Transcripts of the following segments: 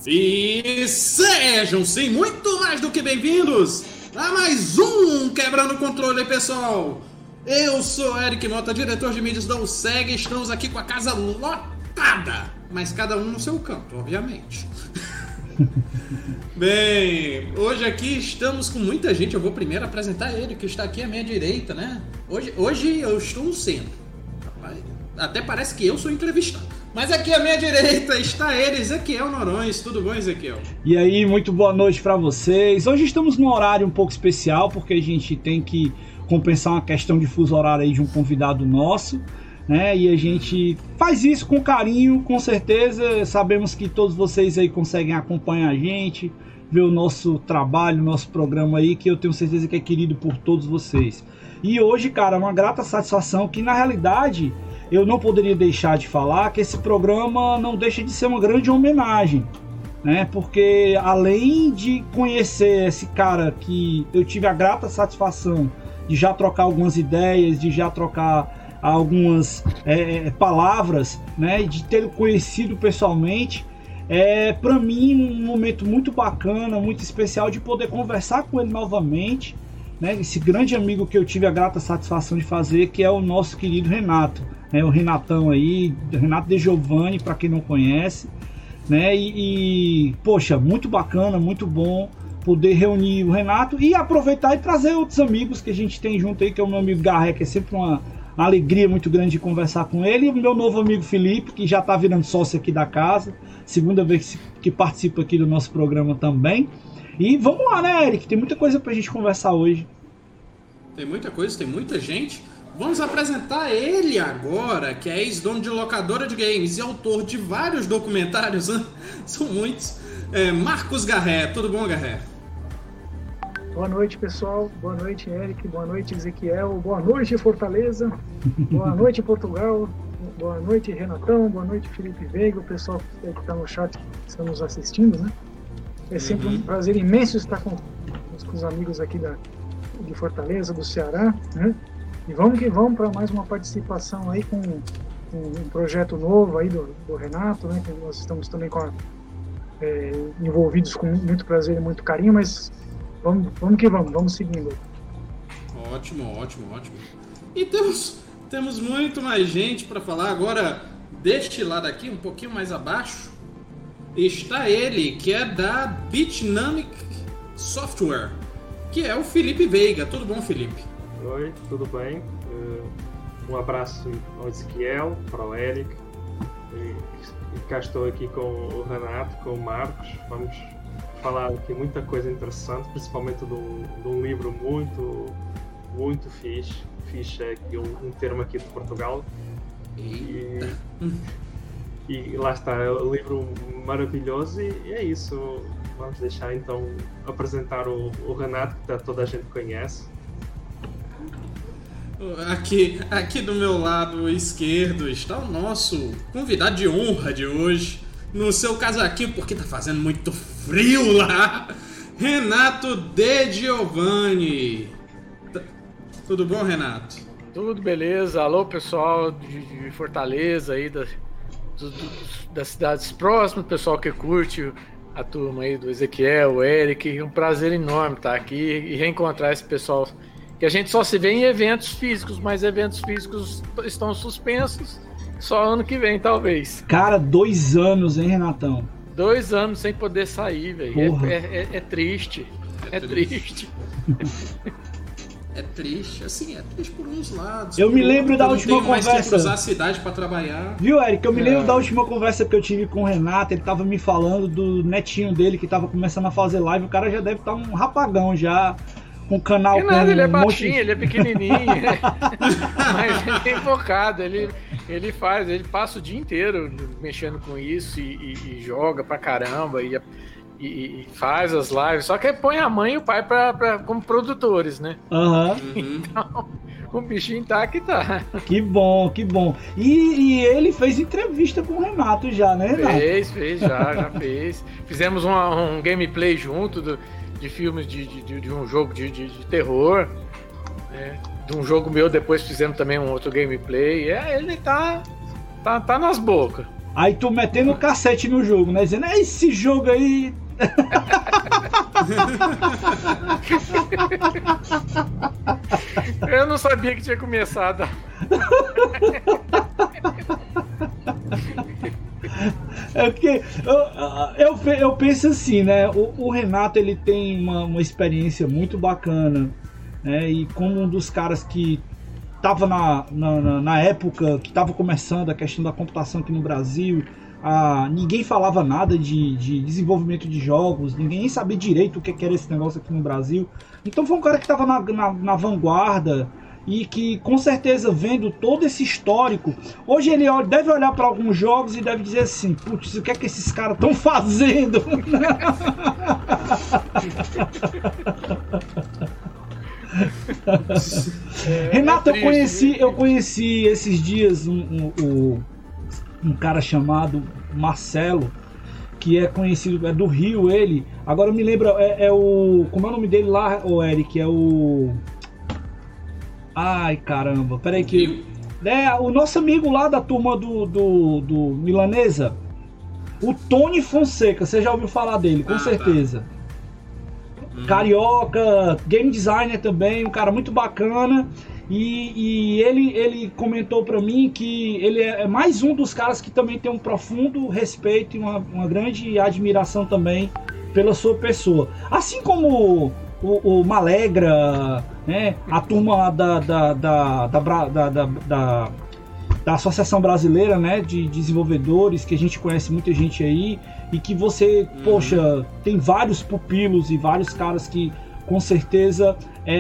E sejam sim muito mais do que bem-vindos a mais um Quebrando o Controle, pessoal. Eu sou Eric Mota, diretor de mídias da USEG. Estamos aqui com a casa lotada, mas cada um no seu canto, obviamente. Bem, hoje aqui estamos com muita gente. Eu vou primeiro apresentar ele, que está aqui à minha direita, né? Hoje eu estou no centro. Até parece que eu sou entrevistado. Mas aqui à minha direita está ele, Ezequiel Norões. Tudo bom, Ezequiel? E aí, muito boa noite para vocês. Hoje estamos num horário um pouco especial, porque a gente tem que compensar uma questão de fuso horário aí de um convidado nosso, né? E a gente faz isso com carinho, com certeza. Sabemos que todos vocês aí conseguem acompanhar a gente, ver o nosso trabalho, o nosso programa aí, que eu tenho certeza que é querido por todos vocês. E hoje, cara, é uma grata satisfação que, na realidade, eu não poderia deixar de falar que esse programa não deixa de ser uma grande homenagem, né? Porque além de conhecer esse cara que eu tive a grata satisfação de já trocar algumas ideias, de já trocar algumas palavras, né? De ter conhecido pessoalmente, para mim um momento muito bacana, muito especial de poder conversar com ele novamente, né? Esse grande amigo que eu tive a grata satisfação de fazer, que é o nosso querido Renato. O Renatão aí, Renato De Giovanni, para quem não conhece, né? Poxa, muito bacana, muito bom poder reunir o Renato e aproveitar e trazer outros amigos que a gente tem junto aí, que é o meu amigo Garré, que é sempre uma alegria muito grande de conversar com ele, e o meu novo amigo Felipe, que já está virando sócio aqui da casa, segunda vez que participa aqui do nosso programa também. E vamos lá, né, Eric? Tem muita coisa pra gente conversar hoje. Tem muita coisa, tem muita gente. Vamos apresentar ele agora, que é ex-dono de locadora de games e autor de vários documentários, né? São muitos. Marcos Garré. Tudo bom, Garré? Boa noite, pessoal. Boa noite, Eric. Boa noite, Ezequiel. Boa noite, Fortaleza. Boa noite, Portugal. Boa noite, Renatão. Boa noite, Felipe Veiga. O pessoal que está no chat que está nos assistindo, né? É sempre um prazer imenso estar com os amigos aqui de Fortaleza, do Ceará, né? E vamos que vamos para mais uma participação aí com um projeto novo aí do Renato, né? Que nós estamos também envolvidos com muito prazer e muito carinho, mas vamos que vamos seguindo. Ótimo. E temos muito mais gente para falar. Agora, deste lado aqui, um pouquinho mais abaixo, está ele, que é da Bitnamic Software, que é o Felipe Veiga. Tudo bom, Felipe? Oi, tudo bem? Um abraço ao Ezequiel, para o Eric, e cá estou aqui com o Renato, com o Marcos. Vamos falar aqui muita coisa interessante, principalmente de um livro muito fixe, é aqui um termo aqui de Portugal. E lá está, é um livro maravilhoso e é isso. Vamos deixar então apresentar o Renato, que toda a gente conhece. Aqui do meu lado esquerdo está o nosso convidado de honra de hoje, no seu casaquinho, porque tá fazendo muito frio lá, Renato De Giovanni. Tudo bom, Renato? Tudo beleza. Alô, pessoal de Fortaleza aí, das cidades próximas, pessoal que curte a turma aí do Ezequiel, o Eric. Um prazer enorme estar aqui e reencontrar esse pessoal que a gente só se vê em eventos físicos, mas eventos físicos estão suspensos, só ano que vem, talvez. Cara, 2 anos, hein, Renatão? 2 anos sem poder sair, velho. É triste. É triste. É triste, assim, é triste por uns lados. Eu me lembro da última conversa. Não tenho mais que cruzar a cidade pra trabalhar. Viu, Eric? Eu me lembro da última conversa que eu tive com o Renato. Ele tava me falando do netinho dele que tava começando a fazer live. O cara já deve estar um rapagão já. Com o canal. Nada, ele é baixinho, ele é pequenininho. Mas ele é focado, ele passa o dia inteiro mexendo com isso e joga pra caramba e faz as lives. Só que põe a mãe e o pai como produtores, né? Então, o bichinho tá que tá. Que bom. E ele fez entrevista com o Renato já, né, Renato? Já fez. Fizemos um gameplay junto de filmes de um jogo de terror, né? De um jogo meu, depois fizemos também um outro gameplay. Ele tá nas bocas. Aí tu metendo o cassete no jogo, né? Dizendo, esse jogo aí... Eu não sabia que tinha começado. É porque eu penso assim, né? O Renato, ele tem uma experiência muito bacana, né? E como um dos caras que estava na época que estava começando a questão da computação aqui no Brasil, ninguém falava nada de desenvolvimento de jogos, ninguém nem sabia direito o que era esse negócio aqui no Brasil. Então foi um cara que estava na vanguarda e que, com certeza, vendo todo esse histórico, hoje ele deve olhar para alguns jogos e deve dizer assim, putz, o que é que esses caras estão fazendo? Renato, eu conheci esses dias um cara chamado Marcelo, que é conhecido, é do Rio, ele. Agora me lembra, como é o nome dele lá, Eric? É o... Ai, caramba, peraí que... o nosso amigo lá da turma do Milanesa, o Tony Fonseca, você já ouviu falar dele, com certeza. Tá. Carioca, game designer também, um cara muito bacana. E ele comentou pra mim que ele é mais um dos caras que também tem um profundo respeito e uma grande admiração também pela sua pessoa. Assim como o Malegra, né, a turma da Associação Brasileira, né, de Desenvolvedores, que a gente conhece muita gente aí, e que você, poxa, tem vários pupilos e vários caras que com certeza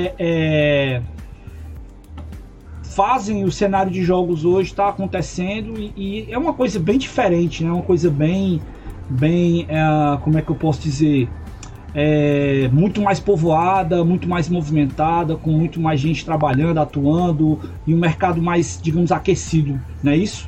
fazem o cenário de jogos hoje, está acontecendo, e é uma coisa bem diferente, né? Uma coisa bem como é que eu posso dizer, muito mais povoada, muito mais movimentada, com muito mais gente trabalhando, atuando, e um mercado mais, digamos, aquecido, não é isso?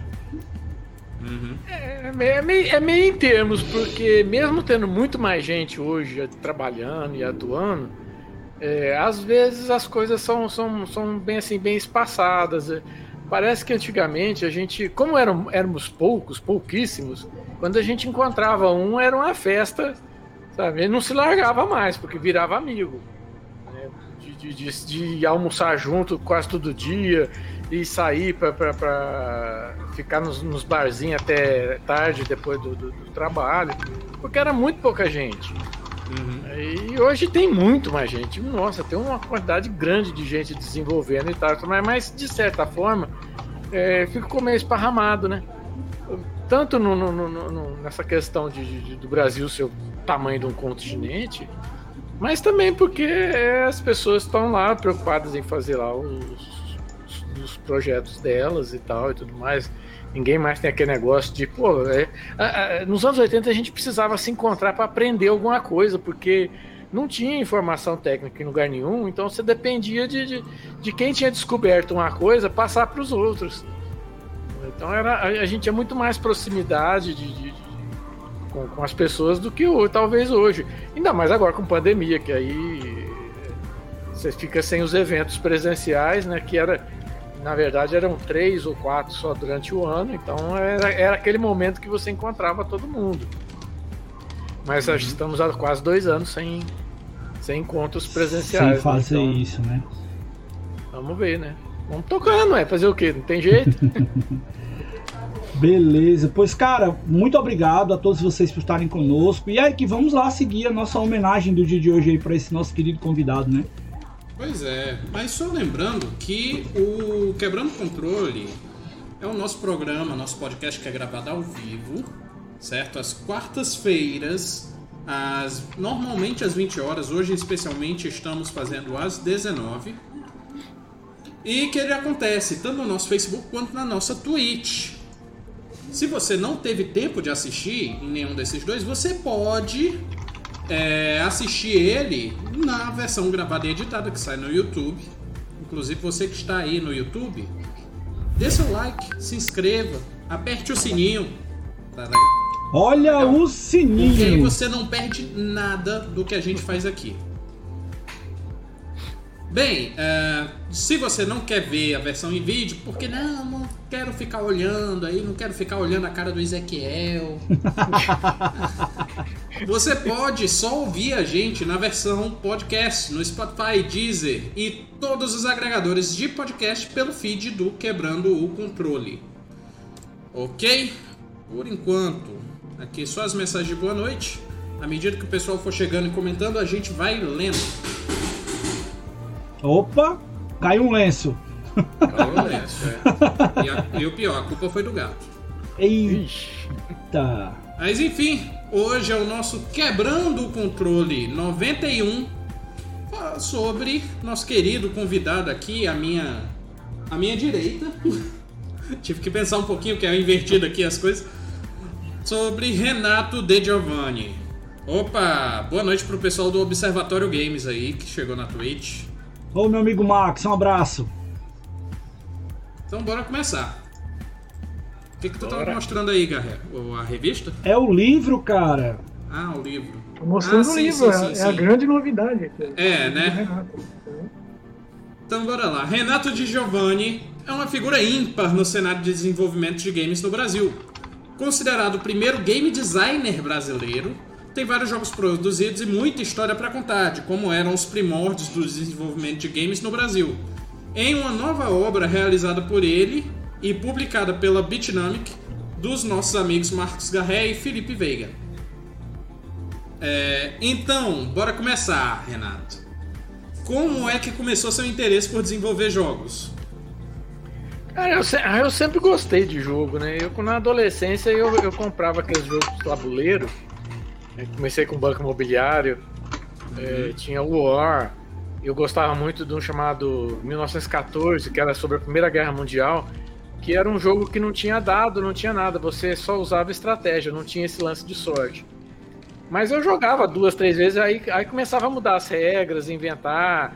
É meio em termos, porque mesmo tendo muito mais gente hoje trabalhando e atuando, às vezes as coisas são bem assim, bem espaçadas. Parece que antigamente a gente, como éramos pouquíssimos, quando a gente encontrava era uma festa, sabe? Ele não se largava mais, porque virava amigo, né? De almoçar junto quase todo dia e sair para ficar nos barzinhos até tarde depois do trabalho, porque era muito pouca gente. E hoje tem muito mais gente. Nossa, tem uma quantidade grande de gente desenvolvendo e tal, mas de certa forma ficou meio esparramado, né? Tanto nessa questão do Brasil ser o tamanho de um continente, mas também porque as pessoas estão lá preocupadas em fazer lá os projetos delas e tal e tudo mais. Ninguém mais tem aquele negócio de, nos anos 80 a gente precisava se encontrar para aprender alguma coisa, porque não tinha informação técnica em lugar nenhum, então você dependia de quem tinha descoberto uma coisa passar para os outros. Então a gente tinha muito mais proximidade com as pessoas do que talvez hoje. Ainda mais agora com pandemia, que aí você fica sem os eventos presenciais, né, que na verdade eram 3 ou 4 só durante o ano, então era aquele momento que você encontrava todo mundo. Mas estamos há quase 2 anos sem encontros presenciais. Sem fazer isso, né? Vamos ver, né? Vamos tocando, fazer o quê? Não tem jeito. Beleza, pois cara, muito obrigado a todos vocês por estarem conosco. E aí que vamos lá seguir a nossa homenagem do dia de hoje aí para esse nosso querido convidado, né? Pois é, mas só lembrando que o Quebrando Controle é o nosso programa, nosso podcast que é gravado ao vivo, certo? Às quartas-feiras, normalmente às 20 horas, hoje especialmente estamos fazendo às 19. E que ele acontece tanto no nosso Facebook quanto na nossa Twitch. Se você não teve tempo de assistir em nenhum desses dois, você pode assistir ele na versão gravada e editada que sai no YouTube. Inclusive você que está aí no YouTube, dê seu like, se inscreva, aperte o sininho. Olha o sininho! Porque aí você não perde nada do que a gente faz aqui. Bem, se você não quer ver a versão em vídeo, porque não quero ficar olhando aí, não quero ficar olhando a cara do Ezequiel. Você pode só ouvir a gente na versão podcast, no Spotify, Deezer e todos os agregadores de podcast pelo feed do Quebrando o Controle. Ok? Por enquanto, aqui só as mensagens de boa noite. À medida que o pessoal for chegando e comentando, a gente vai lendo. Opa, caiu um lenço. Caiu um lenço, E o pior, a culpa foi do gato. Eita. Mas enfim, hoje é o nosso Quebrando o Controle 91, sobre nosso querido convidado aqui, à minha direita. Tive que pensar um pouquinho, que é invertido aqui as coisas. Sobre Renato De Giovanni. Opa, boa noite pro pessoal do Observatório Games aí, que chegou na Twitch. Ô, meu amigo Max, um abraço. Então bora começar. O que tu tava mostrando aí, Garré? A revista? É o livro, cara. Ah, o livro. Tô mostrando o livro, sim. A grande novidade aqui. Né? Então bora lá. Renato De Giovanni é uma figura ímpar no cenário de desenvolvimento de games no Brasil. Considerado o primeiro game designer brasileiro, tem vários jogos produzidos e muita história para contar de como eram os primórdios do desenvolvimento de games no Brasil. Em uma nova obra realizada por ele e publicada pela Bitnamic, dos nossos amigos Marcos Garré e Felipe Veiga. Então, bora começar, Renato. Como é que começou seu interesse por desenvolver jogos? Cara, eu sempre gostei de jogo, né? Na adolescência eu comprava aqueles jogos de tabuleiro. Comecei com Banco Imobiliário, tinha o War. Eu gostava muito de um chamado 1914, que era sobre a Primeira Guerra Mundial, que era um jogo que não tinha dado, não tinha nada, você só usava estratégia, não tinha esse lance de sorte. Mas eu jogava 2, 3 vezes, aí começava a mudar as regras, inventar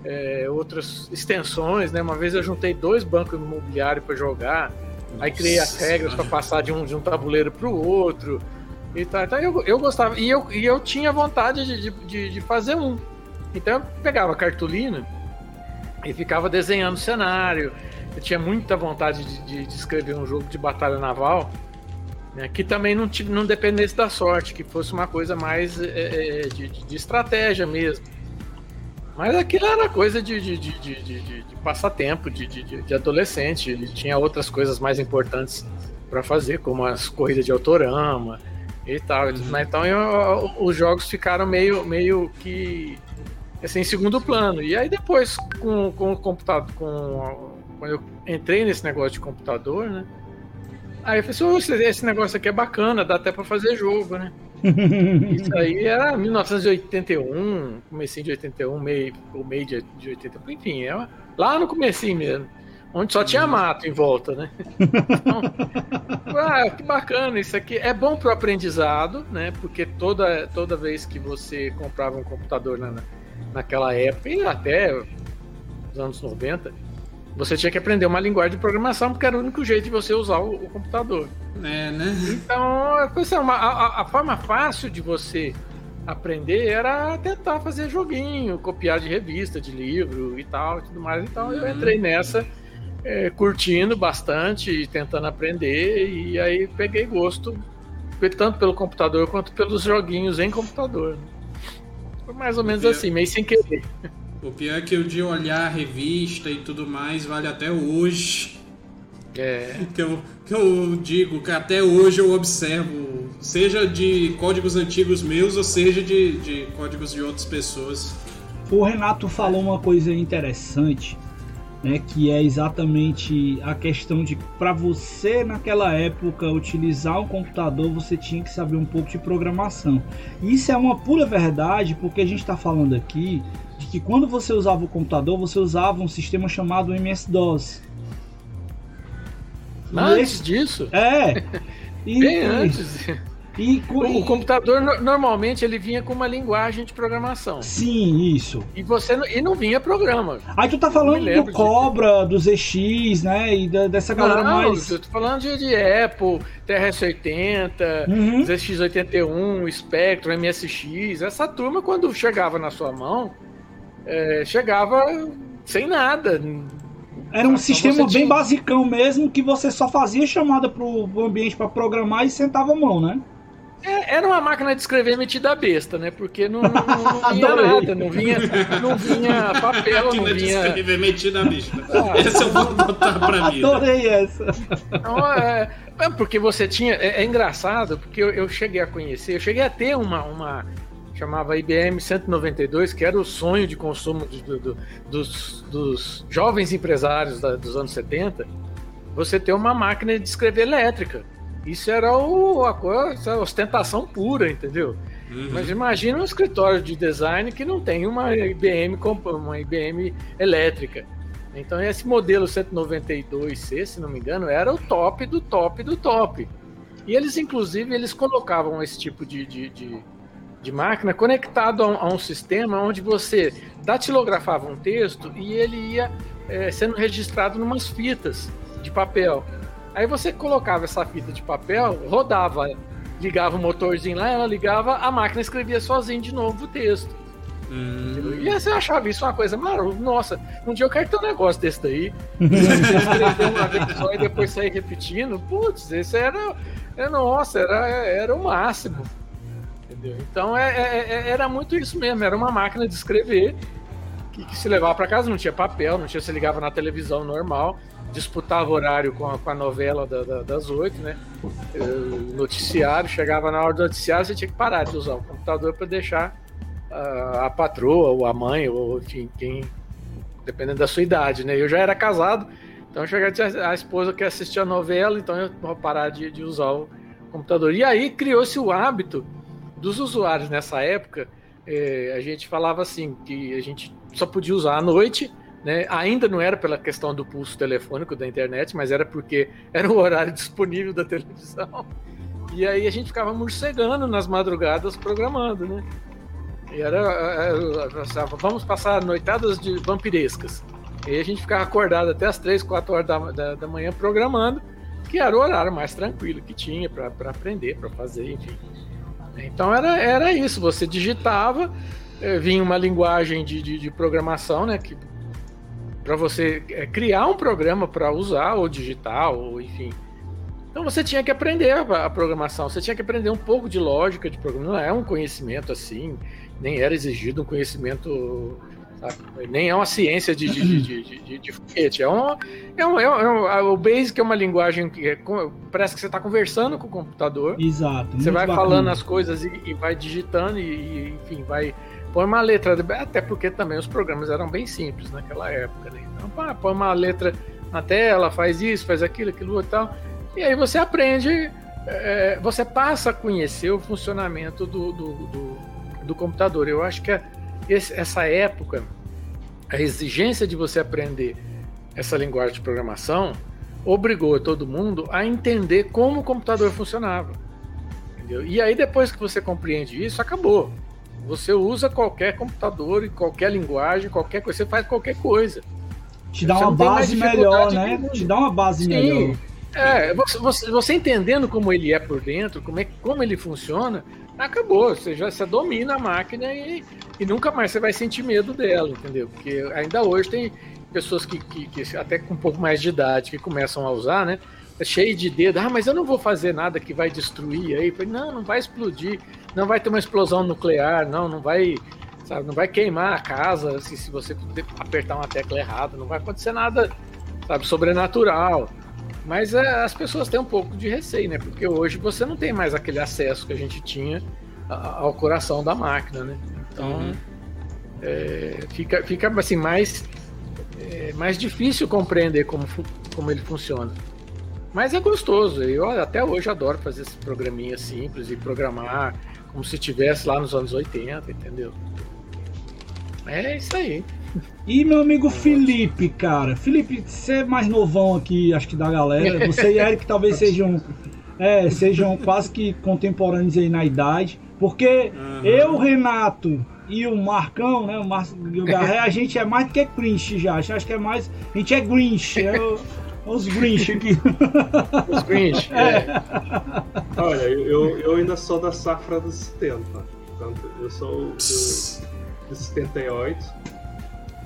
outras extensões, né? Uma vez eu juntei 2 bancos imobiliários para jogar, aí criei as regras para passar de um tabuleiro para o outro. E tá, então eu gostava, e eu tinha vontade de fazer um. Então eu pegava cartolina e ficava desenhando o cenário. Eu tinha muita vontade de escrever um jogo de batalha naval, né, que também não dependesse da sorte, que fosse uma coisa mais de estratégia mesmo. Mas aquilo era coisa de passatempo, de adolescente. E tinha outras coisas mais importantes para fazer, como as corridas de autorama e tal. Então os jogos ficaram meio que assim, em segundo plano. E aí depois, com o computador, quando eu entrei nesse negócio de computador, né? Aí eu falei assim, esse negócio aqui é bacana, dá até pra fazer jogo, né? Isso aí era 1981, comecinho de 81, meio de 81, enfim, lá no comecinho mesmo, onde só tinha mato em volta, né? Então, que bacana, isso aqui é bom pro aprendizado, né? Porque toda vez que você comprava um computador naquela época, e até os anos 90, você tinha que aprender uma linguagem de programação, porque era o único jeito de você usar o computador. Né? Então, a forma fácil de você aprender era tentar fazer joguinho, copiar de revista, de livro e tal, e tudo mais. Então, eu entrei nessa, curtindo bastante, tentando aprender, e aí peguei gosto, tanto pelo computador quanto pelos joguinhos em computador. Foi mais ou menos assim, meio sem querer. O pior é que o de olhar a revista e tudo mais vale até hoje. Que eu digo que até hoje eu observo, seja de códigos antigos meus ou seja de códigos de outras pessoas. O Renato falou uma coisa interessante, né, que é exatamente a questão de, para você naquela época utilizar um computador, você tinha que saber um pouco de programação. E isso é uma pura verdade, porque a gente está falando aqui de que quando você usava o computador, você usava um sistema chamado MS-DOS. Antes disso? Bem antes. O computador normalmente ele vinha com uma linguagem de programação. Sim, isso. E não vinha programa. Aí tu tá falando do Cobra, do ZX, né? E dessa galera mais. Eu tô falando de Apple, TRS-80, ZX81, Spectrum, MSX. Essa turma, quando chegava na sua mão, chegava sem nada. Era um sistema bem basicão mesmo, que você só fazia chamada pro ambiente para programar e sentava a mão, né? Era uma máquina de escrever metida besta, né? Porque não vinha nada, não vinha papel, não vinha... de escrever metida besta. Essa eu vou botar pra mim. Adorei essa. Então, porque você tinha... É engraçado, porque eu cheguei a conhecer, eu cheguei a ter uma chamava IBM 192, que era o sonho de consumo dos jovens empresários dos anos 70, você ter uma máquina de escrever elétrica. Isso era a ostentação pura, entendeu? Uhum. Mas imagina um escritório de design que não tem uma IBM elétrica. Então esse modelo 192C, se não me engano, era o top do top do top. E eles, inclusive, colocavam esse tipo de máquina conectado a um sistema onde você datilografava um texto e ele ia sendo registrado em umas fitas de papel. Aí você colocava essa fita de papel, rodava, ligava o motorzinho lá, ela ligava, a máquina escrevia sozinho de novo o texto. E aí você achava isso uma coisa maravilhosa. Nossa, um dia eu quero ter um negócio desse daí. Escrever uma vez só e depois sair repetindo. Putz, esse era o máximo. Entendeu? Então era muito isso mesmo, era uma máquina de escrever que se levava para casa, não tinha papel, não tinha, você ligava na televisão normal, disputava horário com a novela das 8, né? O noticiário, chegava na hora do noticiário, você tinha que parar de usar o computador para deixar a patroa, ou a mãe, ou enfim, quem, dependendo da sua idade, né? Eu já era casado, então a esposa que assistia a novela, então eu vou parar de usar o computador. E aí criou-se o hábito dos usuários nessa época, a gente falava assim, que a gente só podia usar à noite, né? Ainda não era pela questão do pulso telefônico da internet, mas era porque era o horário disponível da televisão. E aí a gente ficava morcegando nas madrugadas programando, né? E vamos passar noitadas de vampirescas. E aí a gente ficava acordado até as 3, 4 horas da manhã programando, que era o horário mais tranquilo que tinha para aprender, para fazer, enfim. Então era isso, você digitava, vinha uma linguagem de programação, né, que para você criar um programa para usar, ou digitar, ou enfim. Então você tinha que aprender a programação, você tinha que aprender um pouco de lógica de programação, não é um conhecimento assim, nem era exigido um conhecimento, sabe? Nem é uma ciência de foguete, o Basic é uma linguagem que parece que você está conversando com o computador. Exato. Você vai bacana. Falando as coisas e vai digitando e enfim, vai põe uma letra, até porque também os programas eram bem simples naquela época, né? Então põe uma letra na tela, faz isso, faz aquilo e tal, e aí você aprende, você passa a conhecer o funcionamento do computador. Eu acho que essa época, a exigência de você aprender essa linguagem de programação obrigou todo mundo a entender como o computador funcionava, entendeu? E aí depois que você compreende isso, acabou. Você usa qualquer computador e qualquer linguagem, qualquer coisa, você faz qualquer coisa. Te dá uma base melhor, né? Te dá uma base melhor. Você entendendo como ele é por dentro, como ele funciona, acabou. Você domina a máquina e nunca mais você vai sentir medo dela, entendeu? Porque ainda hoje tem pessoas que até com um pouco mais de idade que começam a usar, né? É cheio de dedo. Mas eu não vou fazer nada que vai destruir aí. Não vai explodir. Não vai ter uma explosão nuclear. Não vai, sabe? Não vai queimar a casa se você apertar uma tecla errada. Não vai acontecer nada, sabe, sobrenatural. Mas as pessoas têm um pouco de receio, né? Porque hoje você não tem mais aquele acesso que a gente tinha ao coração da máquina, né? Então fica assim mais difícil compreender como ele funciona. Mas é gostoso. Eu até hoje adoro fazer esse programinha simples e programar como se estivesse lá nos anos 80, entendeu? É isso aí. E meu amigo Felipe, cara. Felipe, você é mais novão aqui, acho que da galera. Você e Eric talvez sejam quase que contemporâneos aí na idade. Porque eu, Renato e o Marcão, né? O Garré, a gente é mais do que Grinch já. Acho que é mais. A gente é Grinch. Os Grinch aqui. Os Grinch. Olha, eu ainda sou da safra dos 70. Portanto, eu sou de 78.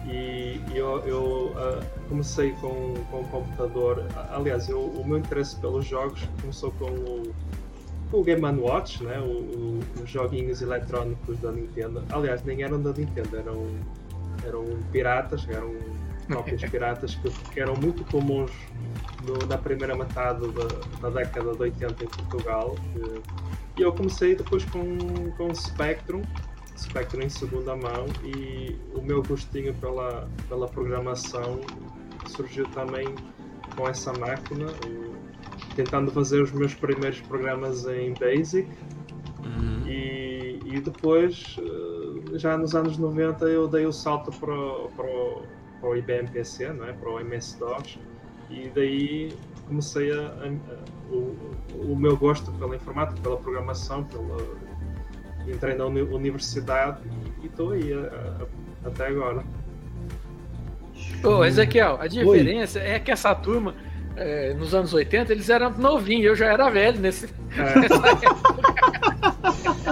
E eu comecei com o computador. Aliás, o meu interesse pelos jogos começou com o Game & Watch, né? Os joguinhos eletrónicos da Nintendo. Aliás, nem eram da Nintendo, eram piratas, eram cópias piratas que eram muito comuns na primeira metade da década de 80 em Portugal. E eu comecei depois com o Spectrum em segunda mão, e o meu gostinho pela programação surgiu também com essa máquina, tentando fazer os meus primeiros programas em BASIC. E depois, já nos anos 90, eu dei o salto para o IBM PC, não é? Para o MS-DOS, e daí comecei o meu gosto pela informática, pela programação, entrei na universidade e estou aí até agora. Ô, Ezequiel, a diferença é que essa turma, nos anos 80, eles eram novinhos, eu já era velho nessa época.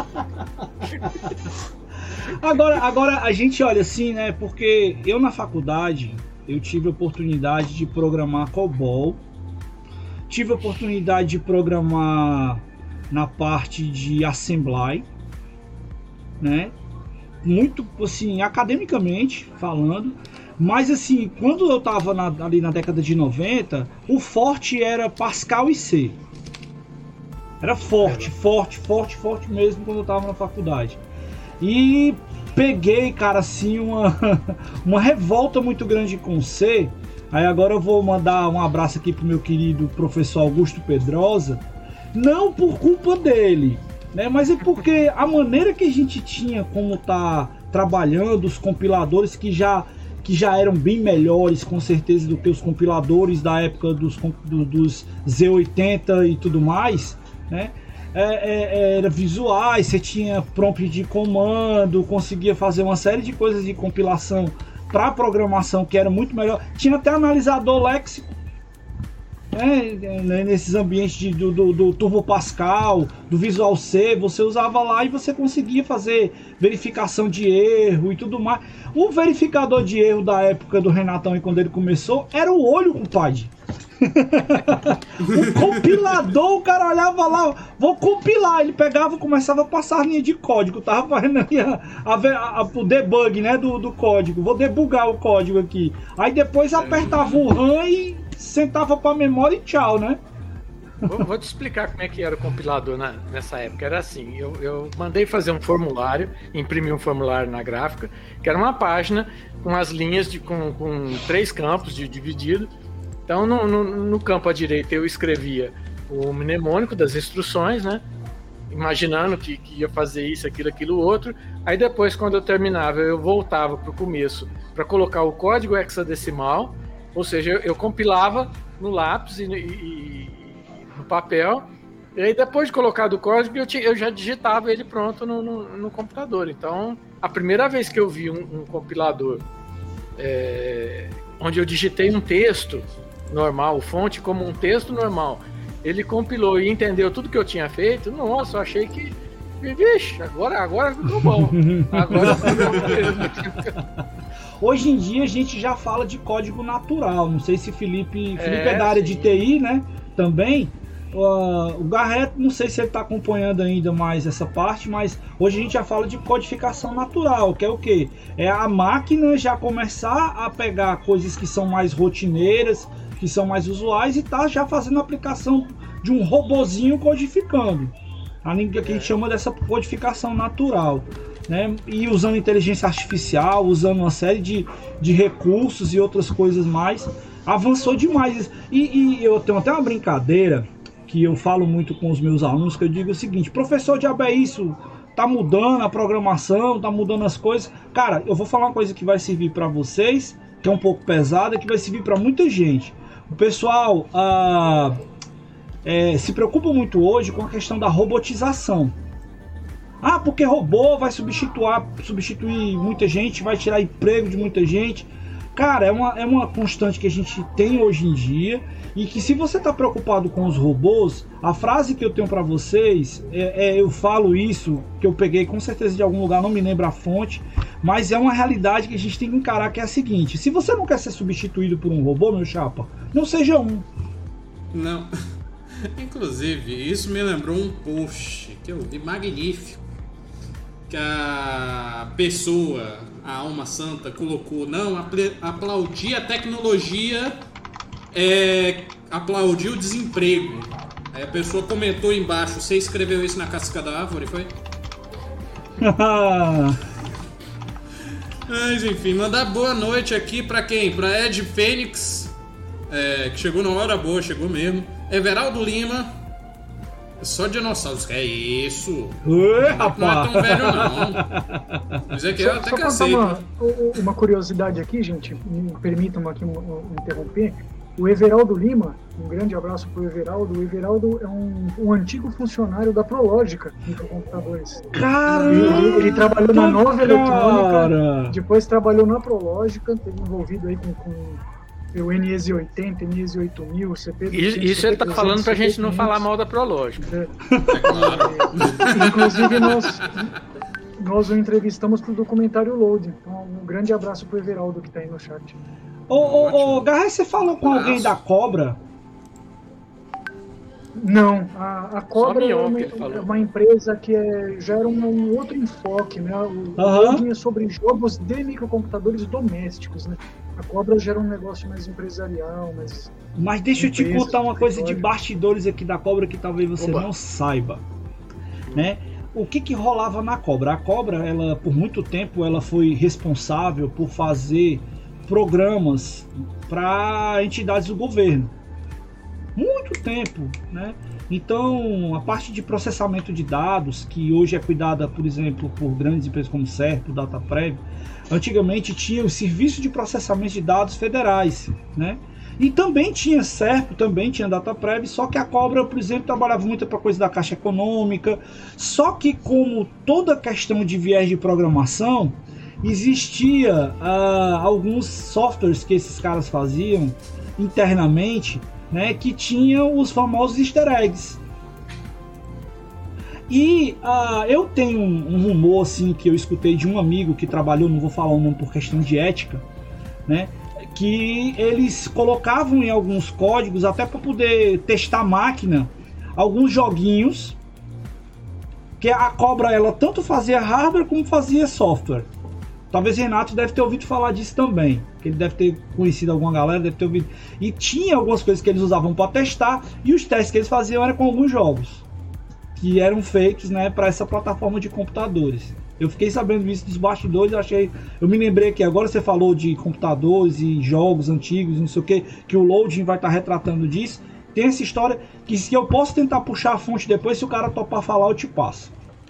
Agora a gente olha assim, né? Porque eu na faculdade eu tive a oportunidade de programar COBOL, tive a oportunidade de programar na parte de Assembly, né? Muito assim, academicamente falando, mas assim, quando eu tava ali na década de 90, o forte era Pascal e C. Era forte mesmo quando eu tava na faculdade. E peguei, cara, assim, uma revolta muito grande com C. Aí agora eu vou mandar um abraço aqui pro meu querido professor Augusto Pedrosa, não por culpa dele, né? Mas é porque a maneira que a gente tinha como tá trabalhando os compiladores que já eram bem melhores, com certeza, do que os compiladores da época dos Z80 e tudo mais, né? Era visuais, você tinha prompt de comando, conseguia fazer uma série de coisas de compilação para programação que era muito melhor. Tinha até analisador léxico, né, nesses ambientes do Turbo Pascal, do Visual C, você usava lá e você conseguia fazer verificação de erro e tudo mais. O verificador de erro da época do Renatão, e quando ele começou, era o olho, compadre. O compilador, o cara olhava lá, vou compilar, ele pegava e começava a passar a linha de código, tava fazendo o debug, né, do código, vou debugar o código aqui, aí depois apertava o RAM e sentava pra memória e tchau, né? Vou te explicar como é que era o compilador nessa época. Era assim, eu mandei fazer um formulário, imprimir um formulário na gráfica, que era uma página com as linhas com 3 campos dividido. Então, no campo à direita, eu escrevia o mnemônico das instruções, né? Imaginando que ia fazer isso, aquilo, outro. Aí depois, quando eu terminava, eu voltava para o começo para colocar o código hexadecimal, ou seja, eu compilava no lápis e no papel, e aí depois de colocar o código, eu já digitava ele pronto no computador. Então, a primeira vez que eu vi um compilador onde eu digitei um texto normal, fonte como um texto normal, ele compilou e entendeu tudo que eu tinha feito, nossa, eu achei que, vixe, agora ficou bom. Agora Hoje em dia a gente já fala de código natural, não sei se Felipe é da área de TI, né, também. O Garreto, não sei se ele está acompanhando ainda mais essa parte, mas hoje a gente já fala de codificação natural, que é o quê? É a máquina já começar a pegar coisas que são mais rotineiras, que são mais usuais, e tá já fazendo a aplicação de um robozinho codificando. A que a gente chama dessa codificação natural, né? E usando inteligência artificial, usando uma série de recursos e outras coisas mais, avançou demais. E eu tenho até uma brincadeira que eu falo muito com os meus alunos, que eu digo o seguinte: professor, diabo, é isso, tá mudando a programação, tá mudando as coisas. Cara, eu vou falar uma coisa que vai servir para vocês, que é um pouco pesada, que vai servir para muita gente. O pessoal se preocupa muito hoje com a questão da robotização. Porque robô vai substituir muita gente, vai tirar emprego de muita gente. Cara, é uma constante que a gente tem hoje em dia, e que, se você está preocupado com os robôs, a frase que eu tenho para vocês, eu falo isso, que eu peguei com certeza de algum lugar, não me lembro a fonte, mas é uma realidade que a gente tem que encarar, que é a seguinte: se você não quer ser substituído por um robô, meu chapa, não seja um. Não. Inclusive, isso me lembrou um post que eu vi magnífico, que a pessoa, a alma santa, colocou: não, aplaudir a tecnologia é aplaudir o desemprego. Aí a pessoa comentou embaixo: você escreveu isso na casca da árvore, foi? Mas enfim, mandar boa noite aqui pra quem? Pra Ed Fênix, que chegou na hora boa, chegou mesmo. Everaldo Lima, só dinossauros, que é isso? Rapaz. Não é tão velho não. Mas é que eu até cansei. Uma curiosidade aqui, gente, me permitam aqui interromper. O Everaldo Lima, um grande abraço para o Everaldo. O Everaldo é um antigo funcionário da Prológica Microcomputadores. Ele trabalhou na Nova Eletrônica, depois trabalhou na Prológica, esteve envolvido aí com o NES80, NES8000, CP200. Isso ele tá falando pra gente não falar mal da Prológica. Inclusive nós o entrevistamos pro documentário Load. Então um grande abraço pro Everaldo que tá aí no chat. Ô, Garra, você falou com alguém da Cobra? Não, a Cobra é uma empresa que já era um outro enfoque, né? O Loading é sobre jogos de microcomputadores domésticos, né? A Cobra já era um negócio mais empresarial, Mas deixa eu te contar uma coisa de bastidores aqui da Cobra que talvez você não saiba, né? O que rolava na Cobra? A Cobra, ela, por muito tempo, ela foi responsável por fazer programas para entidades do governo. Muito tempo, né? Então, a parte de processamento de dados, que hoje é cuidada, por exemplo, por grandes empresas como Serpo, Dataprev, antigamente tinha o Serviço de Processamento de Dados Federais, né? E também tinha Serpo, também tinha Dataprev, só que a Cobra, por exemplo, trabalhava muito para coisa da Caixa Econômica, só que como toda questão de viés de programação, existia alguns softwares que esses caras faziam internamente, né, que tinham os famosos easter eggs. E eu tenho um rumor assim, que eu escutei de um amigo que trabalhou, não vou falar o nome por questão de ética, né, que eles colocavam em alguns códigos, até para poder testar a máquina, alguns joguinhos, que a Cobra ela tanto fazia hardware como fazia software. Talvez Renato deve ter ouvido falar disso também, que ele deve ter conhecido alguma galera, deve ter ouvido. E tinha algumas coisas que eles usavam para testar, e os testes que eles faziam eram com alguns jogos que eram feitos, né, para essa plataforma de computadores. Eu fiquei sabendo disso dos bastidores, eu me lembrei que agora você falou de computadores e jogos antigos, não sei o que o Loading vai estar retratando disso. Tem essa história que se eu posso tentar puxar a fonte depois, se o cara topar falar, eu te passo.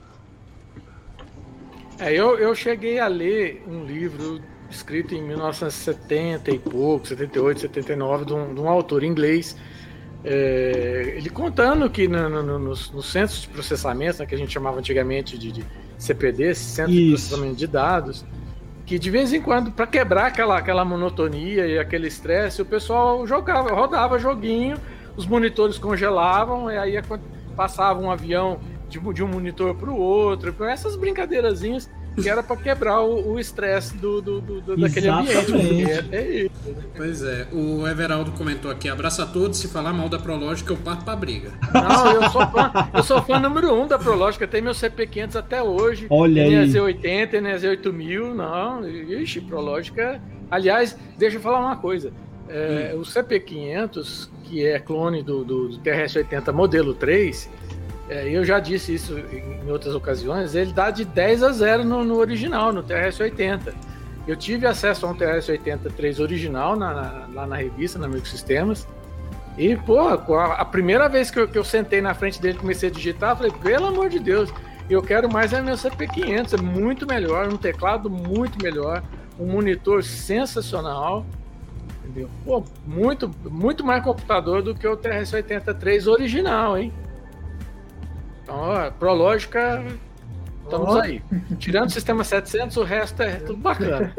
Eu cheguei a ler um livro escrito em 1970 e pouco, 78, 79, de um autor inglês, ele contando que nos centros de processamento, né, que a gente chamava antigamente de CPD, Centro de Processamento de Dados, que de vez em quando, para quebrar aquela monotonia e aquele estresse, o pessoal rodava joguinho, os monitores congelavam, e aí passava um avião de um monitor para o outro, essas brincadeirazinhas que era para quebrar o estresse daquele ambiente. É isso. Pois é, o Everaldo comentou aqui: abraço a todos, se falar mal da Prológica eu parto pra briga. Não, eu sou fã número 1 da Prológica, tem meu CP500 até hoje. Olha aí. NES80, NES8000, não, ixi, Prológica. Aliás, deixa eu falar uma coisa, o CP500, que é clone do TRS-80 modelo 3, eu já disse isso em outras ocasiões, ele dá de 10-0 no original, no TRS-80. Eu tive acesso a um TRS-80 original lá na revista, na Microsistemas, e, a primeira vez que eu sentei na frente dele e comecei a digitar, eu falei, pelo amor de Deus, eu quero mais meu CP500, é muito melhor, um teclado muito melhor, um monitor sensacional, entendeu? Muito, muito mais computador do que o TRS-80 original, hein? Então, Prológica, estamos aí. Tirando o sistema 700, o resto é tudo bacana.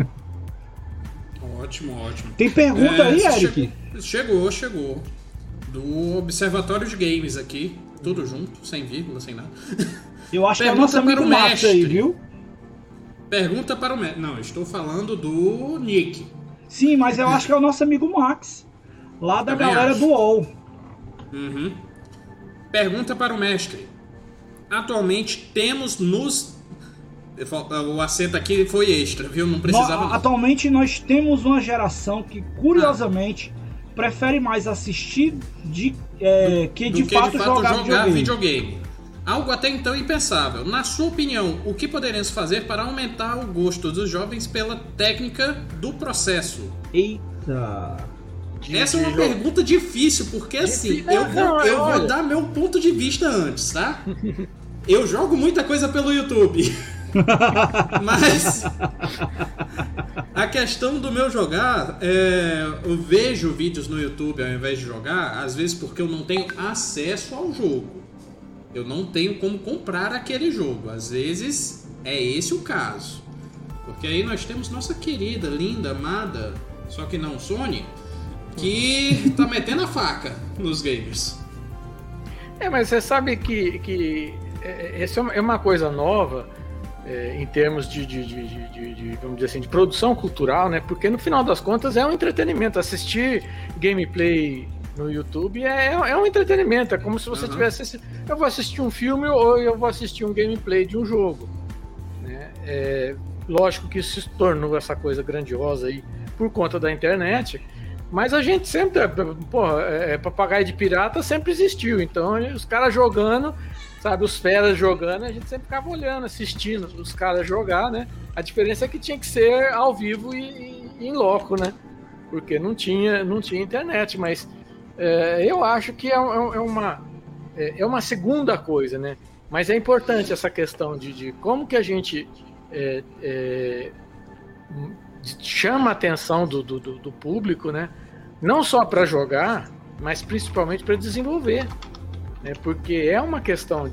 Ótimo. Tem pergunta aí, Eric? Chegou. Do Observatório de Games aqui, tudo junto, sem vírgula, sem nada. Eu acho que é a nossa amigo Márcio aí, viu? Pergunta para o mestre. Não, estou falando do Nick. Sim, mas eu acho que é o nosso amigo Max, lá da Também galera acho. do UOL. Uhum. Pergunta para o mestre. Atualmente temos nos... O acento aqui foi extra, viu? Não precisava não. Atualmente nós temos uma geração que, curiosamente, prefere mais assistir que de fato jogar videogame. Algo até então impensável. Na sua opinião, o que poderemos fazer para aumentar o gosto dos jovens pela técnica do processo? Eita... Essa é uma pergunta difícil, porque assim, eu vou dar meu ponto de vista antes, tá? Eu jogo muita coisa pelo YouTube. Mas a questão do meu jogar, eu vejo vídeos no YouTube ao invés de jogar, às vezes porque eu não tenho acesso ao jogo. Eu não tenho como comprar aquele jogo. Às vezes é esse o caso. Porque aí nós temos nossa querida, linda, amada, só que não Sony, que tá metendo a faca nos gamers. Mas você sabe que essa é uma coisa nova em termos de vamos dizer assim, de produção cultural, né? Porque no final das contas é um entretenimento. Assistir gameplay no YouTube é um entretenimento. É como se você tivesse... Eu vou assistir um filme ou eu vou assistir um gameplay de um jogo, né? Lógico que isso se tornou essa coisa grandiosa aí por conta da internet, mas a gente sempre... papagaio de pirata sempre existiu. Então os caras jogando, sabe, os feras jogando, a gente sempre ficava olhando, assistindo os caras jogar, né? A diferença é que tinha que ser ao vivo e em loco, né? Porque não tinha internet, mas eu acho que é uma segunda coisa, né? Mas é importante essa questão de como que a gente chama a atenção do público, né? Não só para jogar, mas principalmente para desenvolver. Porque é uma questão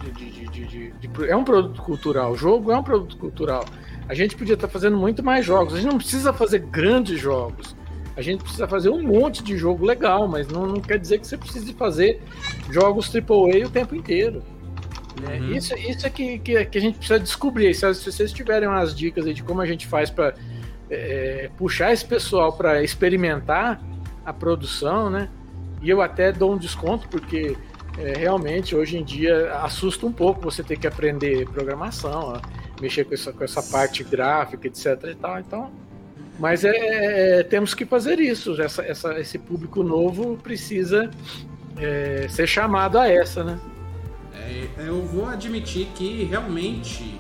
é um produto cultural. O jogo é um produto cultural. A gente podia estar fazendo muito mais jogos. A gente não precisa fazer grandes jogos. A gente precisa fazer um monte de jogo legal, mas não quer dizer que você precise fazer jogos AAA o tempo inteiro. Uhum. Isso é que a gente precisa descobrir. Se vocês tiverem umas dicas aí de como a gente faz para puxar esse pessoal para experimentar a produção, né? E eu até dou um desconto, porque realmente hoje em dia assusta um pouco você ter que aprender programação, mexer com essa parte gráfica, etc e tal. Então, mas temos que fazer isso. Esse público novo precisa ser chamado a essa, né? Eu vou admitir que realmente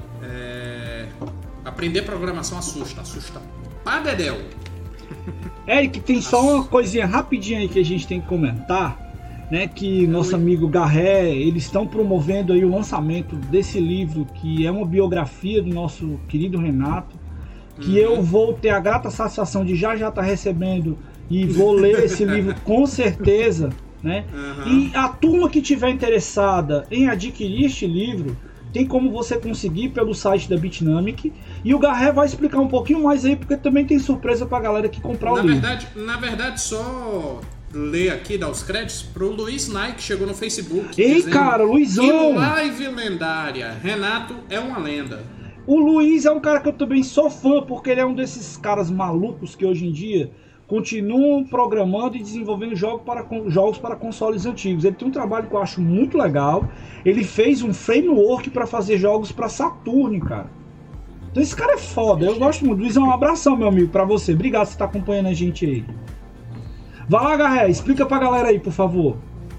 aprender programação assusta pra dedéu. Eric, tem só uma coisinha rapidinha aí que a gente tem que comentar, né? Que nosso amigo Garré, eles estão promovendo aí o lançamento desse livro, que é uma biografia do nosso querido Renato, que eu vou ter a grata satisfação de já estar recebendo e vou ler esse livro com certeza, né? E a turma que tiver interessada em adquirir este livro, tem como você conseguir pelo site da Bitnamic, e o Garré vai explicar um pouquinho mais aí, porque também tem surpresa pra galera que comprar o livro. Na verdade, só ler aqui, dar os créditos pro Luiz Nike, que chegou no Facebook. Ei, cara, Luizão! Que live lendária! Renato é uma lenda. O Luiz é um cara que eu também sou fã, porque ele é um desses caras malucos que hoje em dia continuam programando e desenvolvendo jogos para consoles antigos. Ele tem um trabalho que eu acho muito legal. Ele fez um framework para fazer jogos para Saturn, cara. Então esse cara é foda, eu gosto muito. Luiz, um abração, meu amigo, para você. Obrigado por você estar acompanhando a gente aí. Vai lá, Garré, explica pra galera aí, por favor.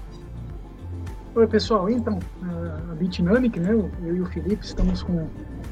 Oi, pessoal. Então, a Bitnamic, né, eu e o Felipe estamos com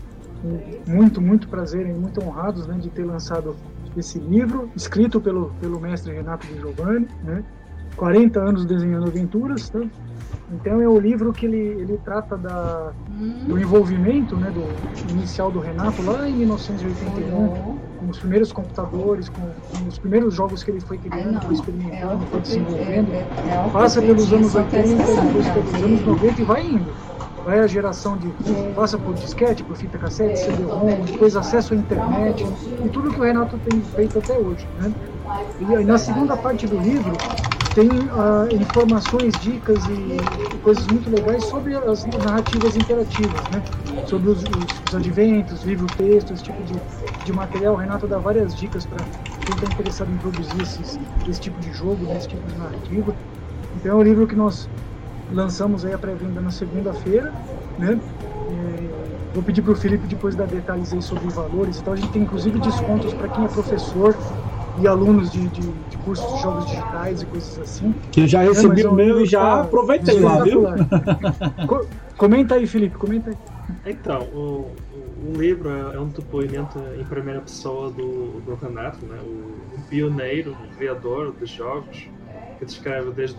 muito prazer e muito honrados, né, de ter lançado esse livro, escrito pelo mestre Renato Di Giovanni, né? 40 anos desenhando aventuras, tá? Então é o livro que ele trata do envolvimento, né, do inicial do Renato lá em 1981, com os primeiros computadores, com os primeiros jogos que ele foi criando, foi experimentando, foi desenvolvendo, passa pelos anos 80, depois pelos anos 90 e vai indo. Vai a geração passa por disquete, por fita cassete, CD-ROM, depois acesso à internet e tudo que o Renato tem feito até hoje, né? E aí, na segunda parte do livro tem informações, dicas e coisas muito legais sobre as narrativas interativas, né? sobre os adventos, livro-texto, esse tipo de material. O Renato dá várias dicas para quem está interessado em produzir esse tipo de jogo, né, esse tipo de narrativa. Então é um livro que nós lançamos aí a pré-venda na segunda-feira, né? Vou pedir para o Felipe depois dar detalhes aí sobre valores e tal. A gente tem inclusive descontos para quem é professor e alunos de cursos de jogos digitais e coisas assim. Que eu já recebi o meu e já aproveitei lá, viu? Comenta aí, Felipe, comenta aí. Então, o livro é um depoimento em primeira pessoa do Renato, né? Um pioneiro, um criador de jogos, que descreve desde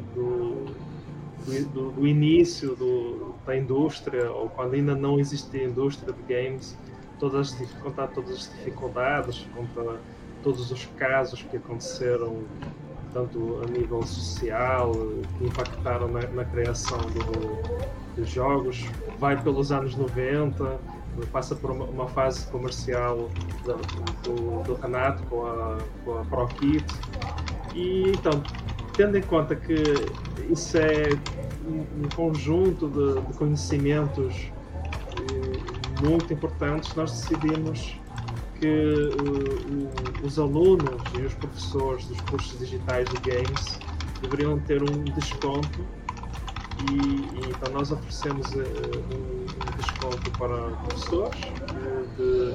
do início da indústria, ou quando ainda não existia indústria de games, contar todas as dificuldades, contar todos os casos que aconteceram, tanto a nível social, que impactaram na criação dos jogos. Vai pelos anos 90, passa por uma fase comercial do Renato com a ProKit. E então, tendo em conta que isso é um conjunto de conhecimentos muito importantes, nós decidimos que os alunos e os professores dos cursos digitais de games deveriam ter um desconto e então nós oferecemos um desconto para professores de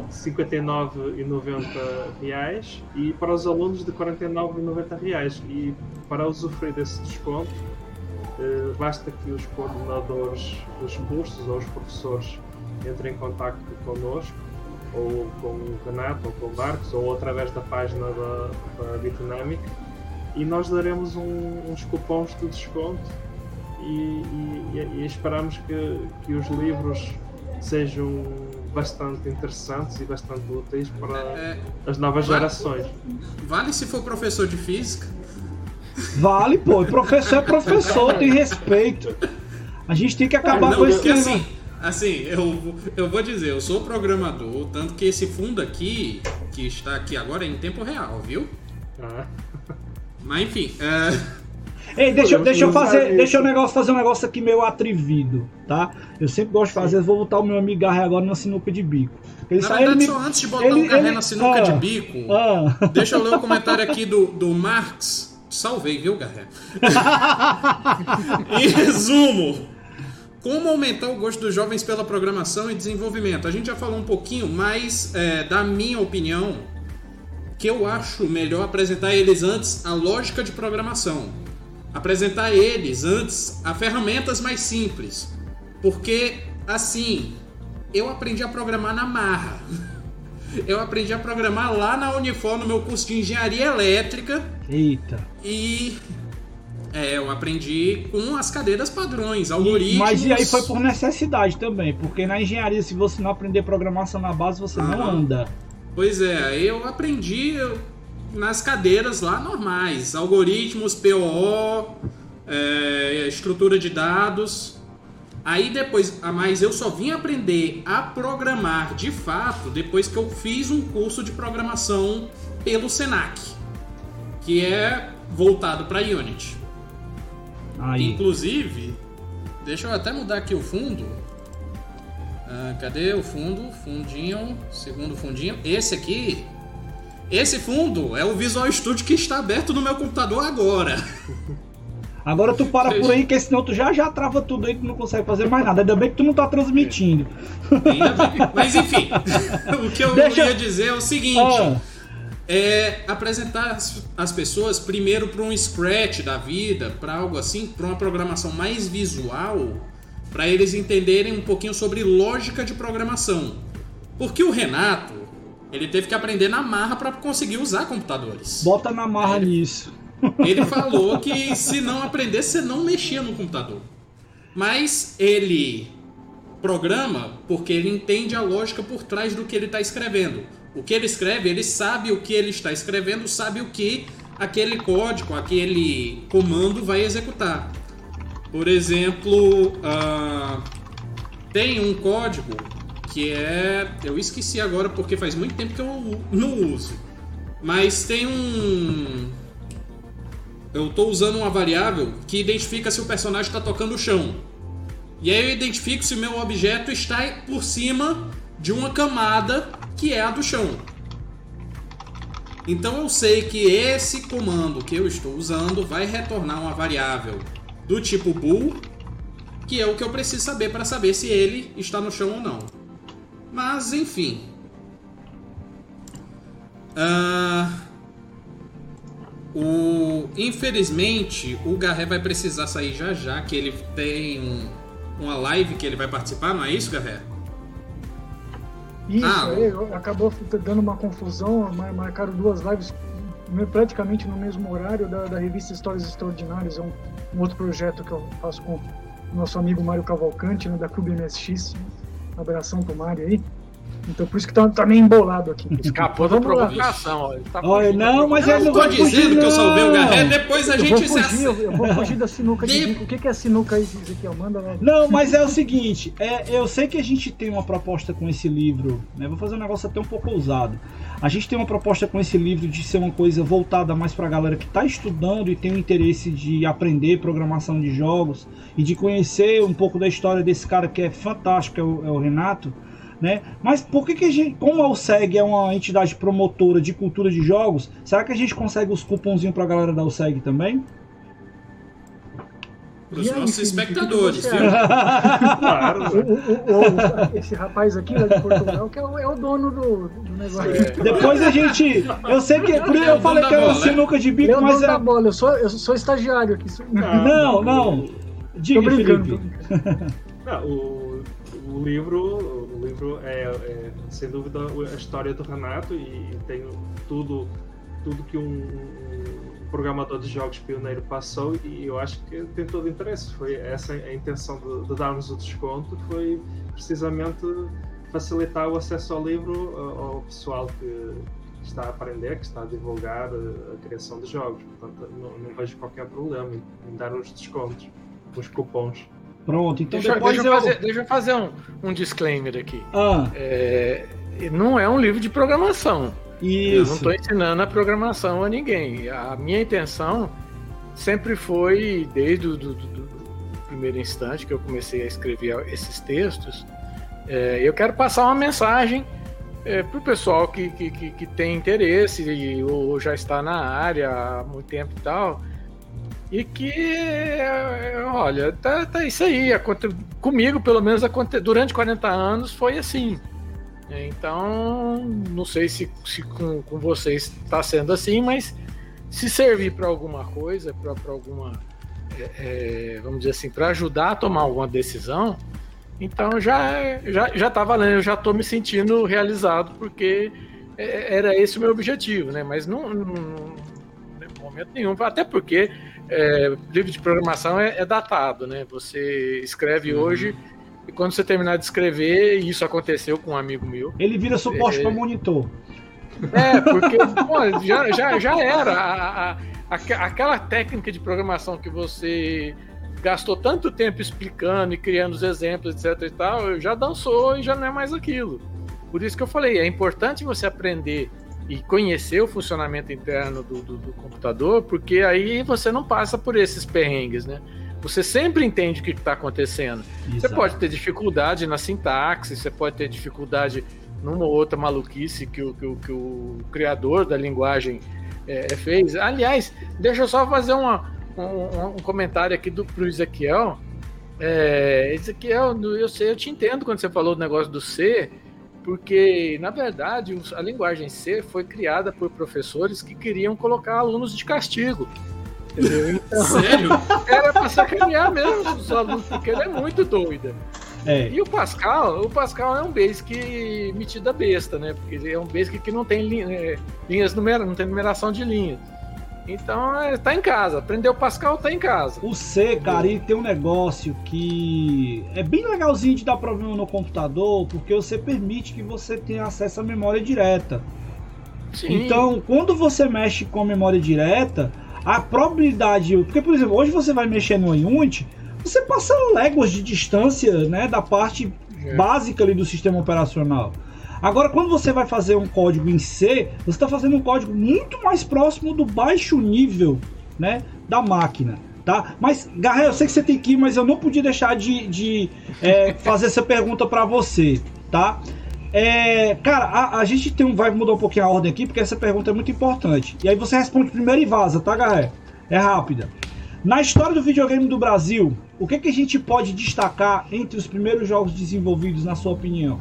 R$59,90 e para os alunos de R$49,90. E para usufruir desse desconto basta que os coordenadores dos cursos ou os professores entrem em contato connosco, ou com o Renato, ou com o Marcos, ou através da página da Bitnamic, e nós daremos uns cupons de desconto e esperamos que os livros sejam bastante interessantes e bastante úteis para as novas gerações. Vale se for professor de física? Vale, pô. Professor é professor, tem respeito. A gente tem que acabar com esse tema. Assim, eu vou dizer, eu sou programador, tanto que esse fundo aqui, que está aqui agora, é em tempo real, viu? Mas enfim... Ei, deixa eu fazer um negócio aqui meio atrevido, tá? Eu sempre gosto de fazer, vou botar o meu amigo Garré agora na sinuca de bico. Só antes de botar o Garré na sinuca de bico, deixa eu ler o comentário aqui do Marx. Salvei, viu, Garré? Em resumo, como aumentar o gosto dos jovens pela programação e desenvolvimento? A gente já falou um pouquinho, mas da minha opinião, que eu acho melhor apresentar eles antes a lógica de programação. Apresentar eles antes a ferramentas mais simples. Porque, assim, eu aprendi a programar na marra. Eu aprendi a programar lá na Unifor, no meu curso de engenharia elétrica. Eita. E eu aprendi com as cadeiras padrões, algoritmos. Mas e aí foi por necessidade também, porque na engenharia, se você não aprender programação na base, você não anda. Pois é, eu aprendi nas cadeiras lá normais, algoritmos, POO, estrutura de dados. Aí depois, mas eu só vim aprender a programar de fato depois que eu fiz um curso de programação pelo Senac, que é voltado para Unity. Aí. Inclusive, deixa eu até mudar aqui o fundo. Cadê o fundo? Fundinho, segundo fundinho. Esse fundo é o Visual Studio que está aberto no meu computador agora. Agora tu para por aí, que senão tu já trava tudo aí, tu não consegue fazer mais nada. Ainda bem que tu não tá transmitindo. Ainda bem. Mas enfim, o que eu ia dizer é o seguinte: apresentar as pessoas primeiro para um Scratch da vida, para algo assim, para uma programação mais visual, para eles entenderem um pouquinho sobre lógica de programação. Porque o Renato, ele teve que aprender na marra para conseguir usar computadores. Bota na marra nisso. Ele falou que se não aprendesse, você não mexia no computador. Mas ele programa porque ele entende a lógica por trás do que ele está escrevendo. O que ele escreve, ele sabe o que ele está escrevendo, sabe o que aquele código, aquele comando vai executar. Por exemplo, tem um código que eu esqueci agora porque faz muito tempo que eu não uso. Mas tem eu estou usando uma variável que identifica se o personagem está tocando o chão. E aí eu identifico se o meu objeto está por cima de uma camada que é a do chão. Então eu sei que esse comando que eu estou usando vai retornar uma variável do tipo bool, que é o que eu preciso saber para saber se ele está no chão ou não. Mas enfim. Infelizmente o Garré vai precisar sair já, que ele tem uma live que ele vai participar, não é isso, Garré? Isso, acabou dando uma confusão, marcaram 2 lives praticamente no mesmo horário da revista Histórias Extraordinárias, é um outro projeto que eu faço com o nosso amigo Mário Cavalcante, né, da Clube MSX, um abração pro Mário aí. Então por isso que tá meio embolado aqui. Escapou da provocação, ó. Olha, não, mas ele não tô vai fugir, dizendo não. que eu salvei o Garré, depois a gente eu vou fugir da sinuca de bico. O que é sinuca aí, Ezequiel? Manda lá. Não, mas é o seguinte, eu sei que a gente tem uma proposta com esse livro, né? Vou fazer um negócio até um pouco ousado. A gente tem uma proposta com esse livro de ser uma coisa voltada mais pra galera que tá estudando e tem o interesse de aprender programação de jogos e de conhecer um pouco da história desse cara que é fantástico, é o Renato. Né? Mas por que a gente, como a USEG é uma entidade promotora de cultura de jogos, será que a gente consegue os cupomzinhos pra galera da USEG também? Para os nossos espectadores, viu? Claro. Esse rapaz aqui lá de Portugal, que é o dono do negócio. Depois a gente. Eu sei que. Por isso eu falei que era uma sinuca de bico, eu mas é. Da bola, eu sou estagiário aqui. Não. Diga, Felipe. Não, o livro é sem dúvida a história do Renato e tem tudo que um programador de jogos pioneiro passou, e eu acho que tem todo o interesse. Foi essa a intenção de darmos o desconto, foi precisamente facilitar o acesso ao livro ao pessoal que está a aprender, que está a divulgar a criação de jogos. Portanto, não vejo qualquer problema em dar uns descontos, uns cupons. Pronto, então deixa eu fazer um disclaimer aqui. Não é um livro de programação. Isso. Eu não estou ensinando a programação a ninguém. A minha intenção sempre foi, desde o primeiro instante que eu comecei a escrever esses textos, eu quero passar uma mensagem para o pessoal que tem interesse ou já está na área há muito tempo e tal. E que, olha, tá isso aí. Comigo, pelo menos, durante 40 anos foi assim. Então, não sei se com vocês está sendo assim, mas se servir para alguma coisa, para alguma, vamos dizer assim, para ajudar a tomar alguma decisão, então já tá valendo, eu já estou me sentindo realizado, porque era esse o meu objetivo, né? Mas não em momento nenhum, até porque livro de programação é datado, né? Você escreve hoje e quando você terminar de escrever, e isso aconteceu com um amigo meu, ele vira suporte para monitor. Porque já era aquela técnica de programação que você gastou tanto tempo explicando e criando os exemplos, etc e tal, já dançou e já não é mais aquilo. Por isso que eu falei, é importante você aprender e conhecer o funcionamento interno do computador, porque aí você não passa por esses perrengues, né? Você sempre entende o que está acontecendo. Exato. Você pode ter dificuldade na sintaxe, você pode ter dificuldade numa outra maluquice que o criador da linguagem fez. Aliás, deixa eu só fazer um comentário aqui pro Ezequiel. Ezequiel, eu te entendo quando você falou do negócio do C, porque, na verdade, a linguagem C foi criada por professores que queriam colocar alunos de castigo. Entendeu? Então, sério? Era pra sacanear mesmo os alunos, porque ele é muito doida. E o Pascal é um basic metida besta, né? Porque ele é um basic que não tem linhas não tem numeração de linhas. Então, tá em casa. Aprendeu Pascal, tá em casa. O C, cara, ele tem um negócio que é bem legalzinho de dar problema no computador, porque você permite que você tenha acesso à memória direta. Sim. Então, quando você mexe com a memória direta, a probabilidade... Porque, por exemplo, hoje você vai mexer no Unity, você passa léguas de distância, né, da parte básica ali do sistema operacional. Agora, quando você vai fazer um código em C, você está fazendo um código muito mais próximo do baixo nível, né, da máquina. tá? Mas, Garré, eu sei que você tem que ir, mas eu não podia deixar de fazer essa pergunta pra você, tá? Cara, a gente vai mudar um pouquinho a ordem aqui, porque essa pergunta é muito importante. E aí você responde primeiro e vaza, tá, Garré? É rápida. Na história do videogame do Brasil, o que a gente pode destacar entre os primeiros jogos desenvolvidos, na sua opinião?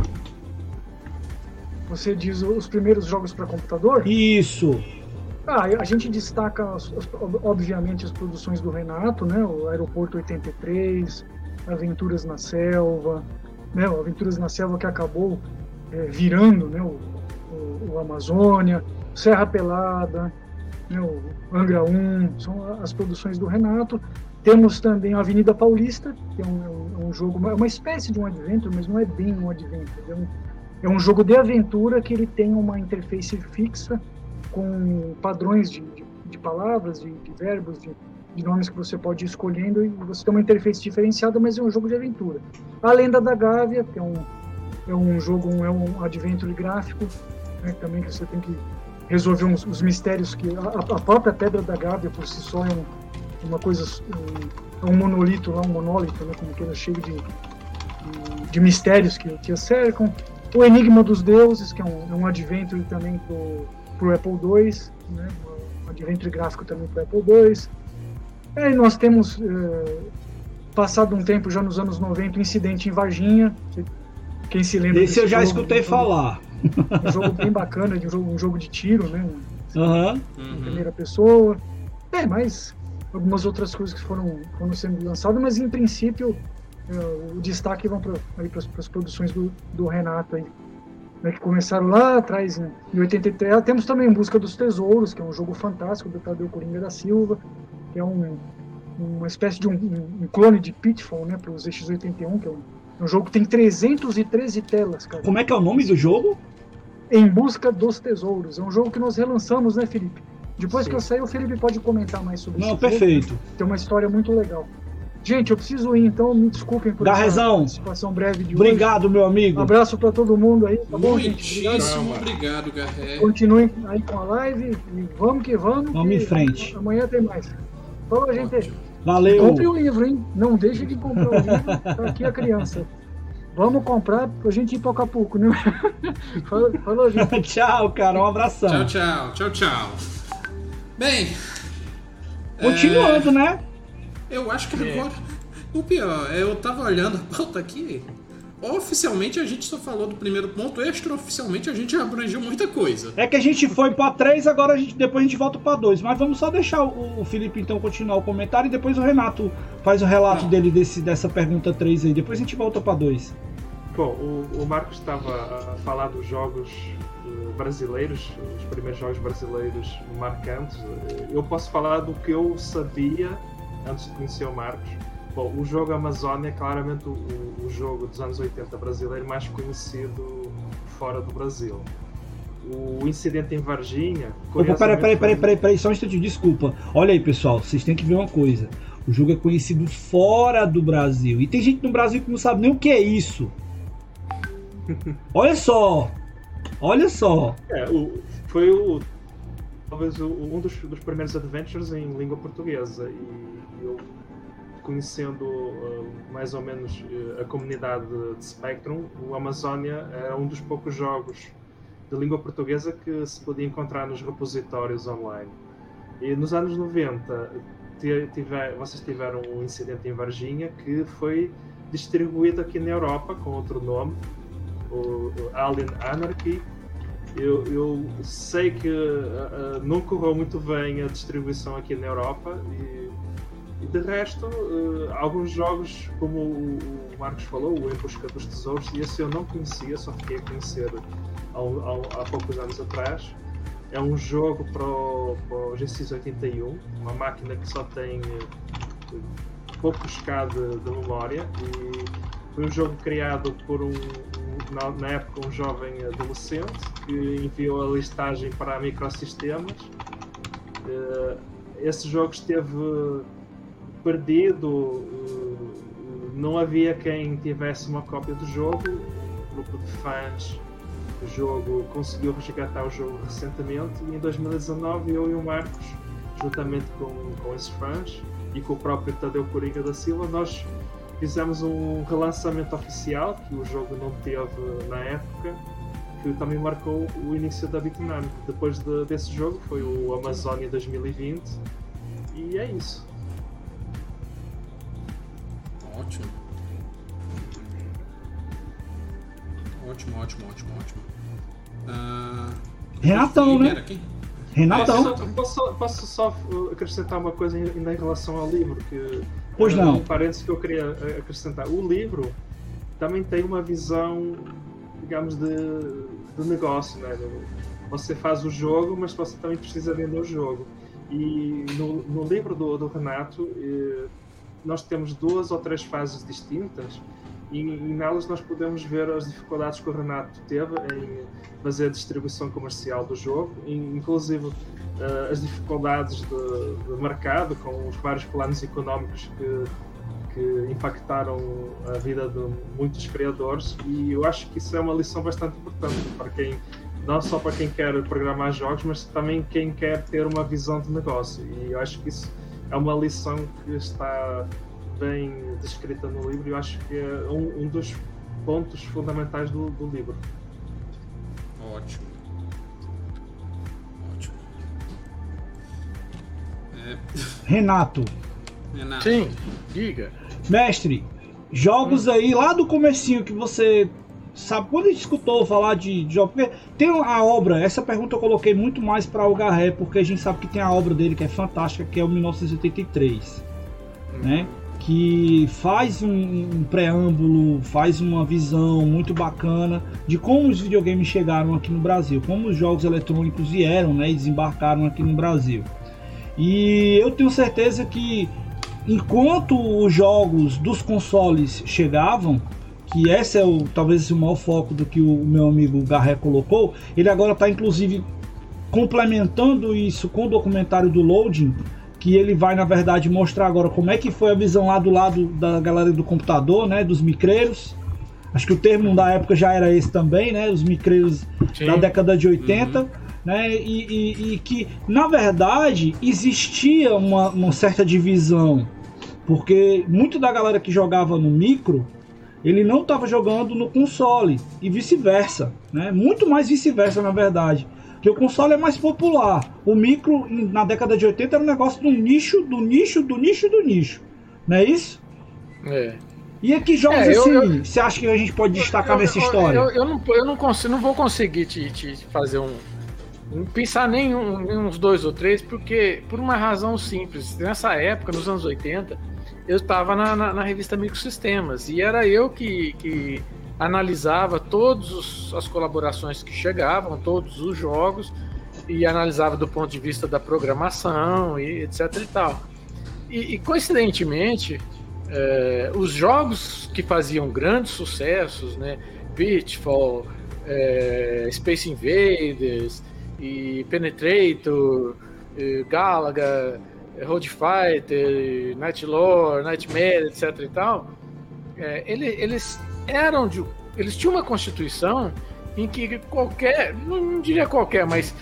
Você diz os primeiros jogos para computador? Isso. A gente destaca, obviamente, as produções do Renato, né? O Aeroporto 83, Aventuras na Selva, né? O Aventuras na Selva que acabou virando, né? O Amazônia, Serra Pelada, né? O Angra 1, são as produções do Renato. Temos também a Avenida Paulista, que é um jogo, é uma espécie de um adventure, mas não é bem um adventure, é um jogo de aventura que ele tem uma interface fixa com padrões de palavras, de verbos, de nomes que você pode ir escolhendo, e você tem uma interface diferenciada, mas é um jogo de aventura. A Lenda da Gávea, que é um adventure gráfico, né, também que você tem que resolver os mistérios que a própria Pedra da Gávea por si só é uma coisa, um monolito lá, um monólito, né, como que é cheio de mistérios que a cercam. O Enigma dos Deuses, que é um adventure também pro Apple II, né? Um adventure gráfico também pro Apple II. E nós temos, passado um tempo, já nos anos 90, o Incidente em Varginha. Quem se lembra desse eu já escutei falar. Um jogo bem bacana, um jogo de tiro, né? Em primeira pessoa. Mais algumas outras coisas que foram sendo lançadas, mas em princípio o destaque vão para as produções do Renato aí, né, que começaram lá atrás em 83. Temos também Em Busca dos Tesouros, que é um jogo fantástico do Tadeu Coringa da Silva, que é uma espécie de um clone de Pitfall, né, para os ZX81, que é um jogo que tem 313 telas, cara. Como é que é o nome do jogo? Em Busca dos Tesouros. É um jogo que nós relançamos, né, Felipe? Depois que eu sair, o Felipe pode comentar mais sobre isso. Não, perfeito. Jogo, né? Tem uma história muito legal. Gente, eu preciso ir, então me desculpem por essa participação breve de hoje. Obrigado, meu amigo. Um abraço para todo mundo aí, tá bom, gente? Muitíssimo obrigado, Garré. Continuem aí com a live e vamos que vamos. Vamos em frente. Amanhã tem mais. Falou, gente. Valeu. Compre o livro, hein? Não deixe de comprar o livro. Tá aqui a criança. Vamos comprar pra gente ir para Acapulco, né? Falou, gente. Tchau, cara. Um abração. Tchau. Bem... Continuando, né? Eu acho que agora... O pior, eu tava olhando a pauta aqui. Oficialmente a gente só falou do primeiro ponto, extraoficialmente a gente abrangeu muita coisa. É que a gente foi pra 3, agora depois a gente volta pra 2. Mas vamos só deixar o Felipe então continuar o comentário e depois o Renato faz o relato dele dessa pergunta 3 aí. Depois a gente volta pra 2. Bom, o Marcos estava a falar dos jogos brasileiros, os primeiros jogos brasileiros marcantes. Eu posso falar do que eu sabia antes de conhecer o Marcos. Bom, o jogo Amazônia é claramente o jogo dos anos 80 brasileiro mais conhecido fora do Brasil. O Incidente em Varginha... Peraí, só um instantinho, desculpa. Olha aí, pessoal, vocês têm que ver uma coisa. O jogo é conhecido fora do Brasil. E tem gente no Brasil que não sabe nem o que é isso. Olha só. Foi talvez um dos primeiros adventures em língua portuguesa. E eu, conhecendo mais ou menos a comunidade de Spectrum, o Amazônia era um dos poucos jogos de língua portuguesa que se podia encontrar nos repositórios online. E nos anos 90 vocês tiveram um Incidente em Varginha que foi distribuído aqui na Europa com outro nome, o Alien Anarchy. Eu sei que não correu muito bem a distribuição aqui na Europa e de resto, alguns jogos, como o Marcos falou, o Em Busca dos Tesouros, e esse eu não conhecia, só fiquei a conhecer há poucos anos atrás. É um jogo para o GX81, uma máquina que só tem poucos K de memória, e foi um jogo criado por na época um jovem adolescente que enviou a listagem para Microsistemas. Esse jogo esteve perdido, não havia quem tivesse uma cópia do jogo. Um grupo de fãs do jogo conseguiu resgatar o jogo recentemente, e em 2019 eu e o Marcos, juntamente com esses fãs, e com o próprio Tadeu Coringa da Silva, nós fizemos um relançamento oficial que o jogo não teve na época, que também marcou o início da Bitnami. Depois desse jogo foi o Amazônia 2020 e é isso. Ótimo. Ótimo. Renatão, né? Aqui? Renatão. Posso só acrescentar uma coisa ainda em relação ao livro? Pois não. Um parênteses que eu queria acrescentar. O livro também tem uma visão, digamos, de negócio, né? Você faz o jogo, mas você também precisa vender o jogo. E no livro do Renato, nós temos 2 ou 3 fases distintas e nelas nós podemos ver as dificuldades que o Renato teve em fazer a distribuição comercial do jogo, inclusive as dificuldades de mercado, com os vários planos económicos que impactaram a vida de muitos criadores, e eu acho que isso é uma lição bastante importante para quem, não só para quem quer programar jogos, mas também quem quer ter uma visão de negócio, e eu acho que isso é uma lição que está bem descrita no livro e eu acho que é um dos pontos fundamentais do livro. Ótimo. Renato. Sim, diga. Mestre, jogos aí lá do comecinho que você sabe, quando a gente escutou falar de jogos, porque tem a obra, essa pergunta eu coloquei muito mais para o Garré, porque a gente sabe que tem a obra dele que é fantástica, que é o 1983, né? Que faz um preâmbulo, faz uma visão muito bacana de como os videogames chegaram aqui no Brasil, como os jogos eletrônicos vieram, né, e desembarcaram aqui no Brasil. E eu tenho certeza que enquanto os jogos dos consoles chegavam, que esse é talvez o maior foco do que o meu amigo Garré colocou, ele agora está inclusive complementando isso com o documentário do Loading, que ele vai, na verdade, mostrar agora como é que foi a visão lá do lado da galera do computador, né, dos micreiros. Acho que o termo da época já era esse também, né, os micreiros da década de 80, né, e que, na verdade, existia uma certa divisão, porque muito da galera que jogava no micro, ele não estava jogando no console, e vice-versa, né, muito mais vice-versa, na verdade. Porque o console é mais popular. O micro, na década de 80, era um negócio do nicho. Não é isso? É. E aqui jogos assim, você acha que a gente pode destacar nessa história? Eu não vou conseguir te fazer pensar nem uns 2 ou 3, porque por uma razão simples. Nessa época, nos anos 80, eu estava na revista Microsistemas, e era eu que analisava todas as colaborações que chegavam, todos os jogos, e analisava do ponto de vista da programação, e etc e tal. E coincidentemente, os jogos que faziam grandes sucessos, né, Pitfall, Space Invaders, e Penetrator, Galaga, Road Fighter, Nightlore, Nightmare, etc e tal, eles tinham uma constituição em que não diria qualquer, mas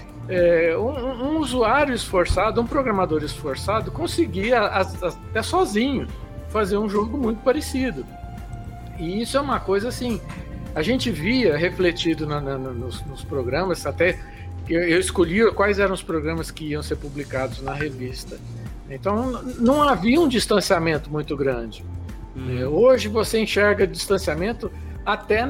um usuário esforçado, um programador esforçado conseguia até sozinho fazer um jogo muito parecido. E isso é uma coisa assim, a gente via refletido nos programas, até eu escolhi quais eram os programas que iam ser publicados na revista. Então não havia um distanciamento muito grande. Hoje você enxerga distanciamento até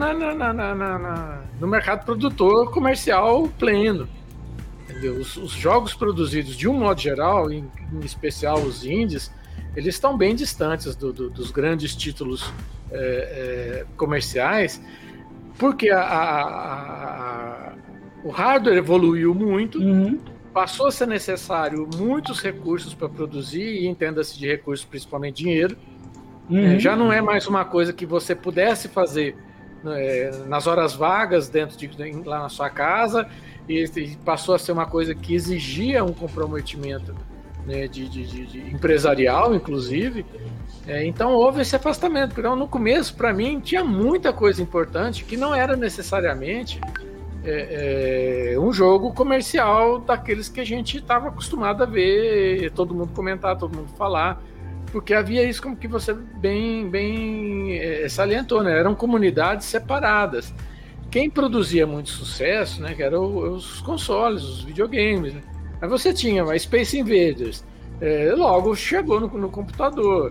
no mercado produtor comercial pleno. Entendeu? Os jogos produzidos, de um modo geral, em especial os indies, eles estão bem distantes dos grandes títulos comerciais, porque o hardware evoluiu muito, passou a ser necessário muitos recursos para produzir, e entenda-se de recursos principalmente dinheiro. Já não é mais uma coisa que você pudesse fazer nas horas vagas lá na sua casa, e passou a ser uma coisa que exigia um comprometimento, né, de empresarial, inclusive. Então houve esse afastamento. Então, no começo, para mim, tinha muita coisa importante que não era necessariamente um jogo comercial daqueles que a gente estava acostumado a ver todo mundo comentar, todo mundo falar. porque havia isso, como que você bem salientou, né? Eram comunidades separadas. Quem produzia muito sucesso, né, que eram os consoles, os videogames, né? Aí você tinha a Space Invaders, logo chegou no computador.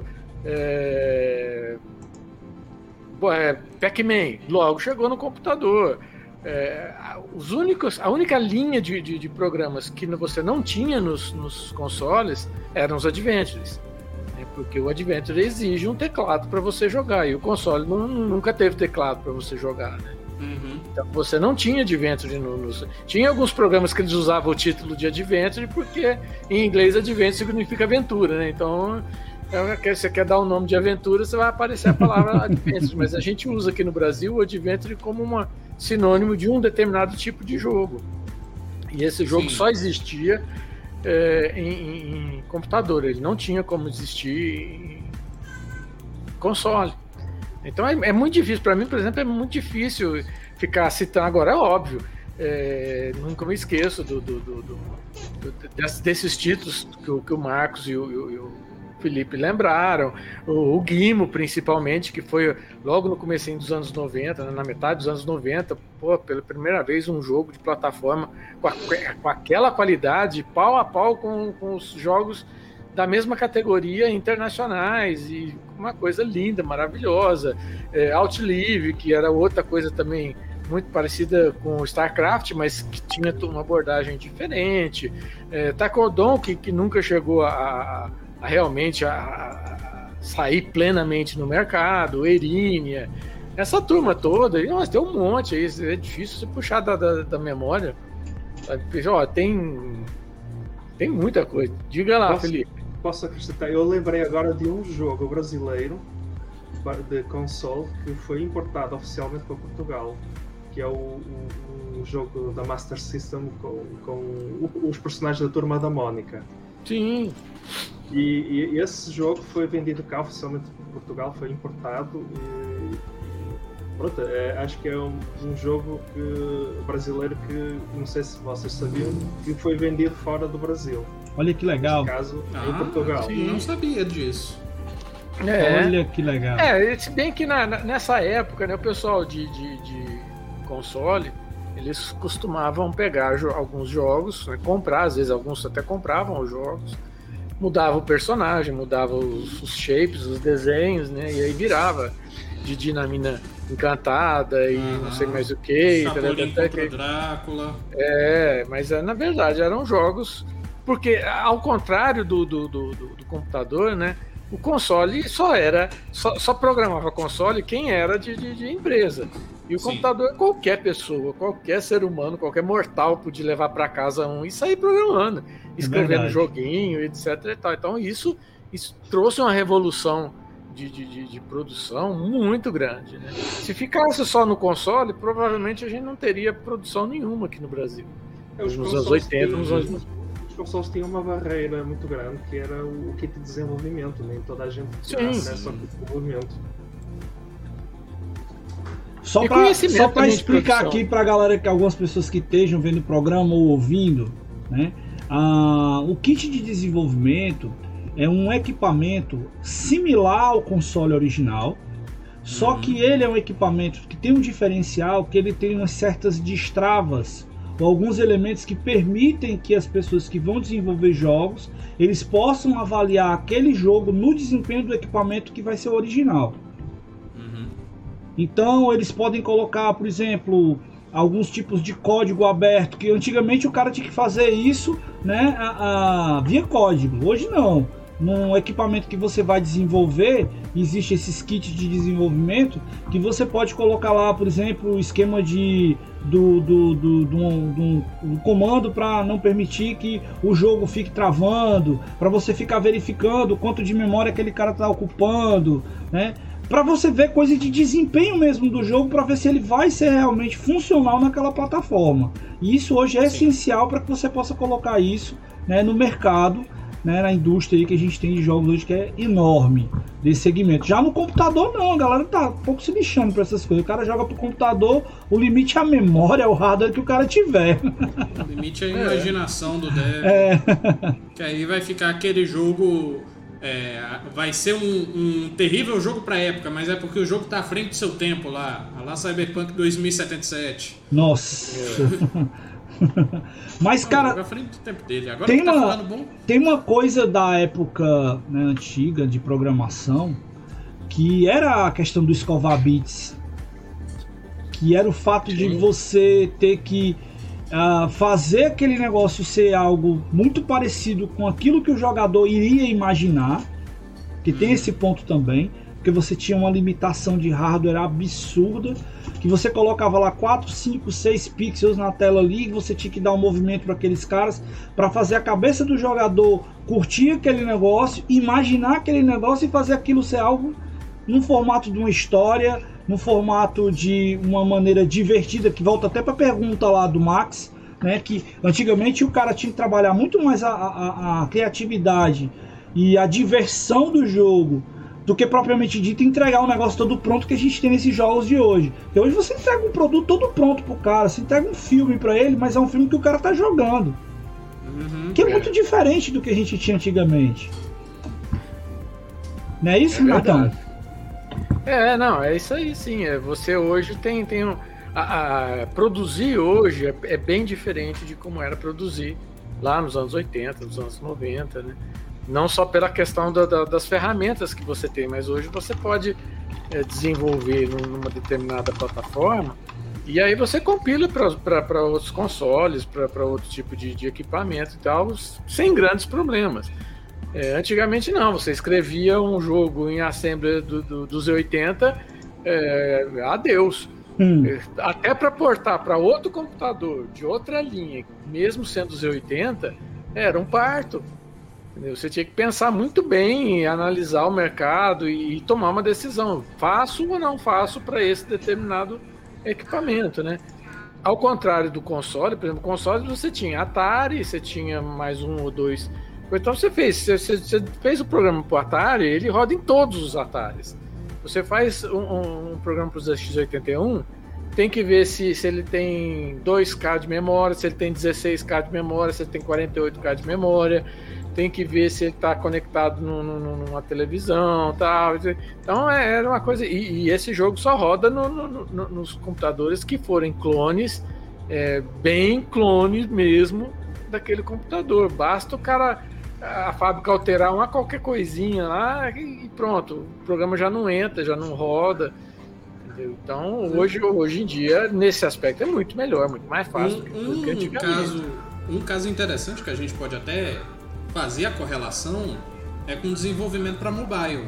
Pac-Man, logo chegou no computador. A única linha de programas que você não tinha nos consoles eram os Adventures, né? Porque o Adventure exige um teclado para você jogar, e o console nunca teve teclado para você jogar, né? Uhum. Então você não tinha Adventure tinha alguns programas que eles usavam o título de Adventure, porque em inglês Adventure significa aventura, né? Então você quer dar o nome de aventura, você vai aparecer a palavra Adventure, mas a gente usa aqui no Brasil o Adventure como uma sinônimo de um determinado tipo de jogo. E esse jogo só existia em computador, ele não tinha como existir em console. Então é muito difícil, para mim, por exemplo, é muito difícil ficar citando. Agora, é óbvio, nunca me esqueço desses títulos que o Marcos e o Felipe lembraram, o Gimo principalmente, que foi logo no comecinho dos anos 90, né, na metade dos anos 90, pela primeira vez um jogo de plataforma com aquela qualidade, pau a pau com os jogos da mesma categoria internacionais, e uma coisa linda, maravilhosa. Outlive, que era outra coisa também muito parecida com o StarCraft, mas que tinha uma abordagem diferente. Takodon, que nunca chegou a realmente a sair plenamente no mercado, Erinia, essa turma toda, e, nossa, tem um monte aí, é difícil você puxar da memória. Ó, tem muita coisa. Diga lá, Felipe. Posso acrescentar? Eu lembrei agora de um jogo brasileiro de console que foi importado oficialmente para Portugal, que é o jogo da Master System com os personagens da Turma da Mônica. Sim. E esse jogo foi vendido cá oficialmente para Portugal, foi importado e pronto, acho que é um jogo brasileiro que, não sei se vocês sabiam, que foi vendido fora do Brasil. Olha que legal. Nesse caso, em Portugal. Sim, não sabia disso. Olha que legal. Se bem que nessa época, né, o pessoal de console, eles costumavam pegar alguns jogos, né, comprar, às vezes alguns até compravam os jogos, mudava o personagem, mudava os shapes, os desenhos, né, e aí virava de Dinamina Encantada e não sei mais o que. Chapolin contra Drácula. Mas na verdade eram jogos, porque ao contrário do computador, né, o console só programava console quem era de empresa. E o computador, qualquer pessoa, qualquer ser humano, qualquer mortal podia levar para casa e sair programando, escrevendo joguinho, etc. E tal. Então isso trouxe uma revolução de produção muito grande, né? Se ficasse só no console, provavelmente a gente não teria produção nenhuma aqui no Brasil. Nos anos 80, nos anos 90. Os consoles tinham uma barreira muito grande, que era o kit de desenvolvimento, nem toda a gente tinha acesso ao kit de desenvolvimento. Só para explicar aqui para a galera, que algumas pessoas que estejam vendo o programa ou ouvindo, né? O kit de desenvolvimento é um equipamento similar ao console original, só que ele é um equipamento que tem um diferencial, que ele tem umas certas destravas, ou alguns elementos que permitem que as pessoas que vão desenvolver jogos, eles possam avaliar aquele jogo no desempenho do equipamento que vai ser o original. Então eles podem colocar, por exemplo, alguns tipos de código aberto, que antigamente o cara tinha que fazer isso, né, via código. Hoje não. No equipamento que você vai desenvolver, existe esses kits de desenvolvimento que você pode colocar lá, por exemplo, o esquema do comando para não permitir que o jogo fique travando, para você ficar verificando quanto de memória aquele cara está ocupando, né? Para você ver coisa de desempenho mesmo do jogo, para ver se ele vai ser realmente funcional naquela plataforma. E isso hoje é essencial para que você possa colocar isso, né, no mercado, né, na indústria aí que a gente tem de jogos hoje, que é enorme desse segmento. Já no computador não, a galera tá um pouco se lixando para essas coisas. O cara joga pro computador, o limite é a memória, é o hardware que o cara tiver. O limite é a imaginação do dev. Que aí vai ficar aquele jogo vai ser um terrível jogo pra época, mas é porque o jogo tá à frente do seu tempo lá Cyberpunk 2077. Nossa. Mas, cara, à frente do tempo dele. Agora tá ficando bom. Tem uma coisa da época, né, antiga de programação, que era a questão do escovar bits, que era o fato de você ter que fazer aquele negócio ser algo muito parecido com aquilo que o jogador iria imaginar, que tem esse ponto também, porque você tinha uma limitação de hardware absurda, que você colocava lá 4, 5, 6 pixels na tela ali, e você tinha que dar um movimento para aqueles caras, para fazer a cabeça do jogador curtir aquele negócio, imaginar aquele negócio e fazer aquilo ser algo no formato de uma história, no formato de uma maneira divertida, que volta até para a pergunta lá do Max, né, que antigamente o cara tinha que trabalhar muito mais a criatividade e a diversão do jogo do que propriamente dito entregar um negócio todo pronto que a gente tem nesses jogos de hoje. Porque hoje você entrega um produto todo pronto pro cara, você entrega um filme para ele, mas é um filme que o cara tá jogando. Que é muito diferente do que a gente tinha antigamente. Não é isso, Natão? Não, é isso aí, sim. Você hoje tem produzir hoje é bem diferente de como era produzir lá nos anos 80, nos anos 90, né? Não só pela questão das ferramentas que você tem, mas hoje você pode desenvolver numa determinada plataforma e aí você compila para outros consoles, para outro tipo de equipamento e tal, sem grandes problemas. Antigamente não, você escrevia um jogo em Assembly do Z80, adeus. Até para portar para outro computador de outra linha, mesmo sendo Z80, era um parto. Você tinha que pensar muito bem, analisar o mercado e tomar uma decisão. Faço ou não faço para esse determinado equipamento, né? Ao contrário do console, por exemplo, console você tinha Atari, você tinha mais um ou dois. Então você fez o programa para o Atari, ele roda em todos os Ataris. Você faz um programa para o ZX81, tem que ver se ele tem 2K de memória, se ele tem 16K de memória, se ele tem 48K de memória. Tem que ver se ele está conectado numa televisão, tal. Então era uma coisa. E esse jogo só roda nos computadores que forem clones, bem clones mesmo daquele computador. Basta o cara, a fábrica alterar qualquer coisinha lá e pronto, o programa já não entra, já não roda. Entendeu? Então hoje em dia, nesse aspecto, é muito melhor, muito mais fácil do que antigamente. Um caso interessante que a gente pode até fazer a correlação é com desenvolvimento para mobile,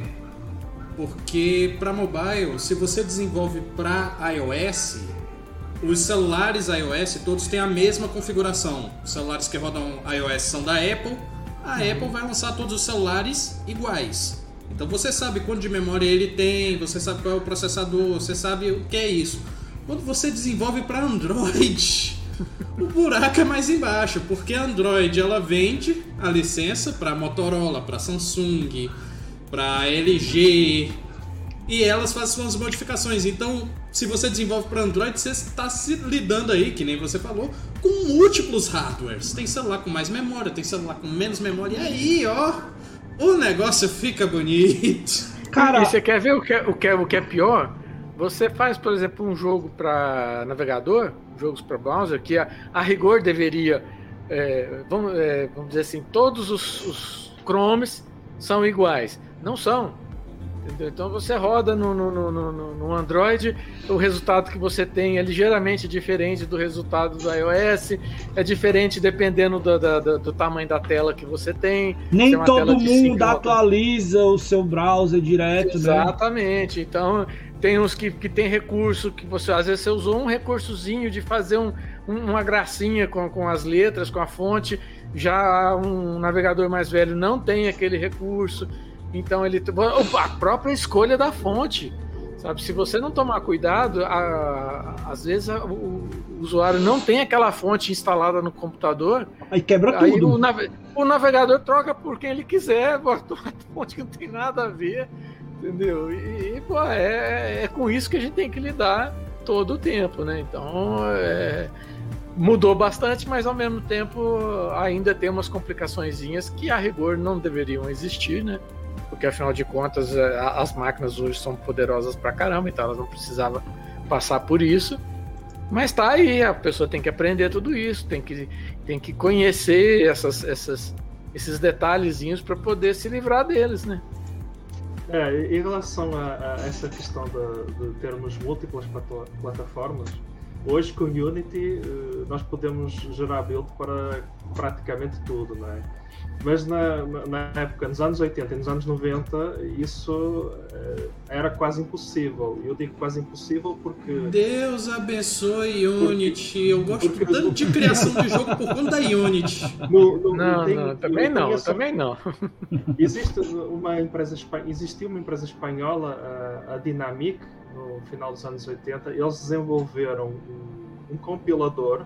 porque para mobile, se você desenvolve para iOS, os celulares iOS todos têm a mesma configuração. Os celulares que rodam iOS são da Apple, a Apple vai lançar todos os celulares iguais. Então você sabe quanto de memória ele tem, você sabe qual é o processador, você sabe o que é isso. Quando você desenvolve para Android, o buraco é mais embaixo, porque a Android ela vende a licença para Motorola, para Samsung, para LG, e elas fazem suas modificações. Então, se você desenvolve para Android, você está se lidando aí, que nem você falou, com múltiplos hardwares. Tem celular com mais memória, tem celular com menos memória, e aí, ó, o negócio fica bonito. Cara, e você quer ver o que é pior? Você faz, por exemplo, um jogo para navegador, jogos para browser, que a rigor deveria, vamos dizer assim, todos os Chromes são iguais. Não são. Entendeu? Então você roda no Android, o resultado que você tem é ligeiramente diferente do resultado do iOS, é diferente dependendo do tamanho da tela que você tem. Nem todo mundo atualiza o seu browser direto, Exatamente. Né? Então tem uns que tem recurso que você, às vezes você usou um recursozinho de fazer uma gracinha com as letras, com a fonte, já um navegador mais velho não tem aquele recurso. Então a própria escolha da fonte, sabe? Se você não tomar cuidado, às vezes o usuário não tem aquela fonte instalada no computador. Aí quebra tudo. O navegador troca por quem ele quiser, bota uma fonte que não tem nada a ver, entendeu? E é com isso que a gente tem que lidar todo o tempo, né? Então mudou bastante, mas ao mesmo tempo ainda tem umas complicaçõezinhas que a rigor não deveriam existir, né? porque afinal de contas as máquinas hoje são poderosas pra caramba, então elas não precisavam passar por isso. Mas tá aí, a pessoa tem que aprender tudo isso, tem que conhecer esses detalhezinhos para poder se livrar deles, né? Em relação a essa questão de termos múltiplas plataformas, hoje com Unity nós podemos gerar build para praticamente tudo, não é? Mas na época, nos anos 80 e nos anos 90, isso era quase impossível. Eu digo quase impossível porque... Deus abençoe Unity. Eu gosto tanto de criação de jogo por conta da Unity. Também não. Existia uma empresa espanhola, a Dynamic, no final dos anos 80. Eles desenvolveram um compilador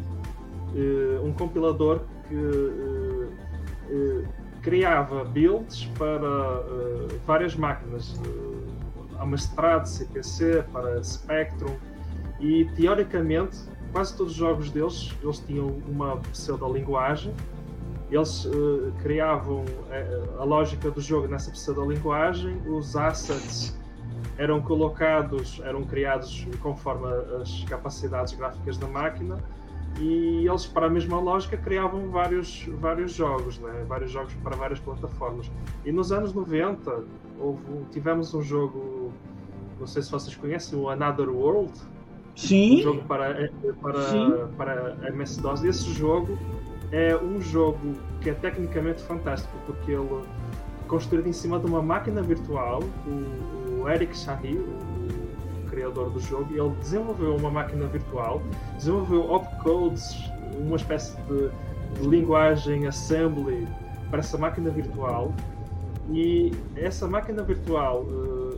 que criava builds para várias máquinas, Amstrad, CPC, para Spectrum, e teoricamente quase todos os jogos deles eles tinham uma pseudolinguagem. Eles criavam a lógica do jogo nessa pseudolinguagem, os assets eram criados conforme as capacidades gráficas da máquina, e eles, para a mesma lógica, criavam vários jogos, né? Vários jogos para várias plataformas. E nos anos 90 tivemos um jogo, não sei se vocês conhecem, o Another World. Sim. Um jogo para MS-DOS. Esse jogo é um jogo que é tecnicamente fantástico, porque ele é construído em cima de uma máquina virtual. O Eric Chahi, o criador do jogo, ele desenvolveu uma máquina virtual, desenvolveu opcodes, uma espécie de linguagem assembly para essa máquina virtual, e essa máquina virtual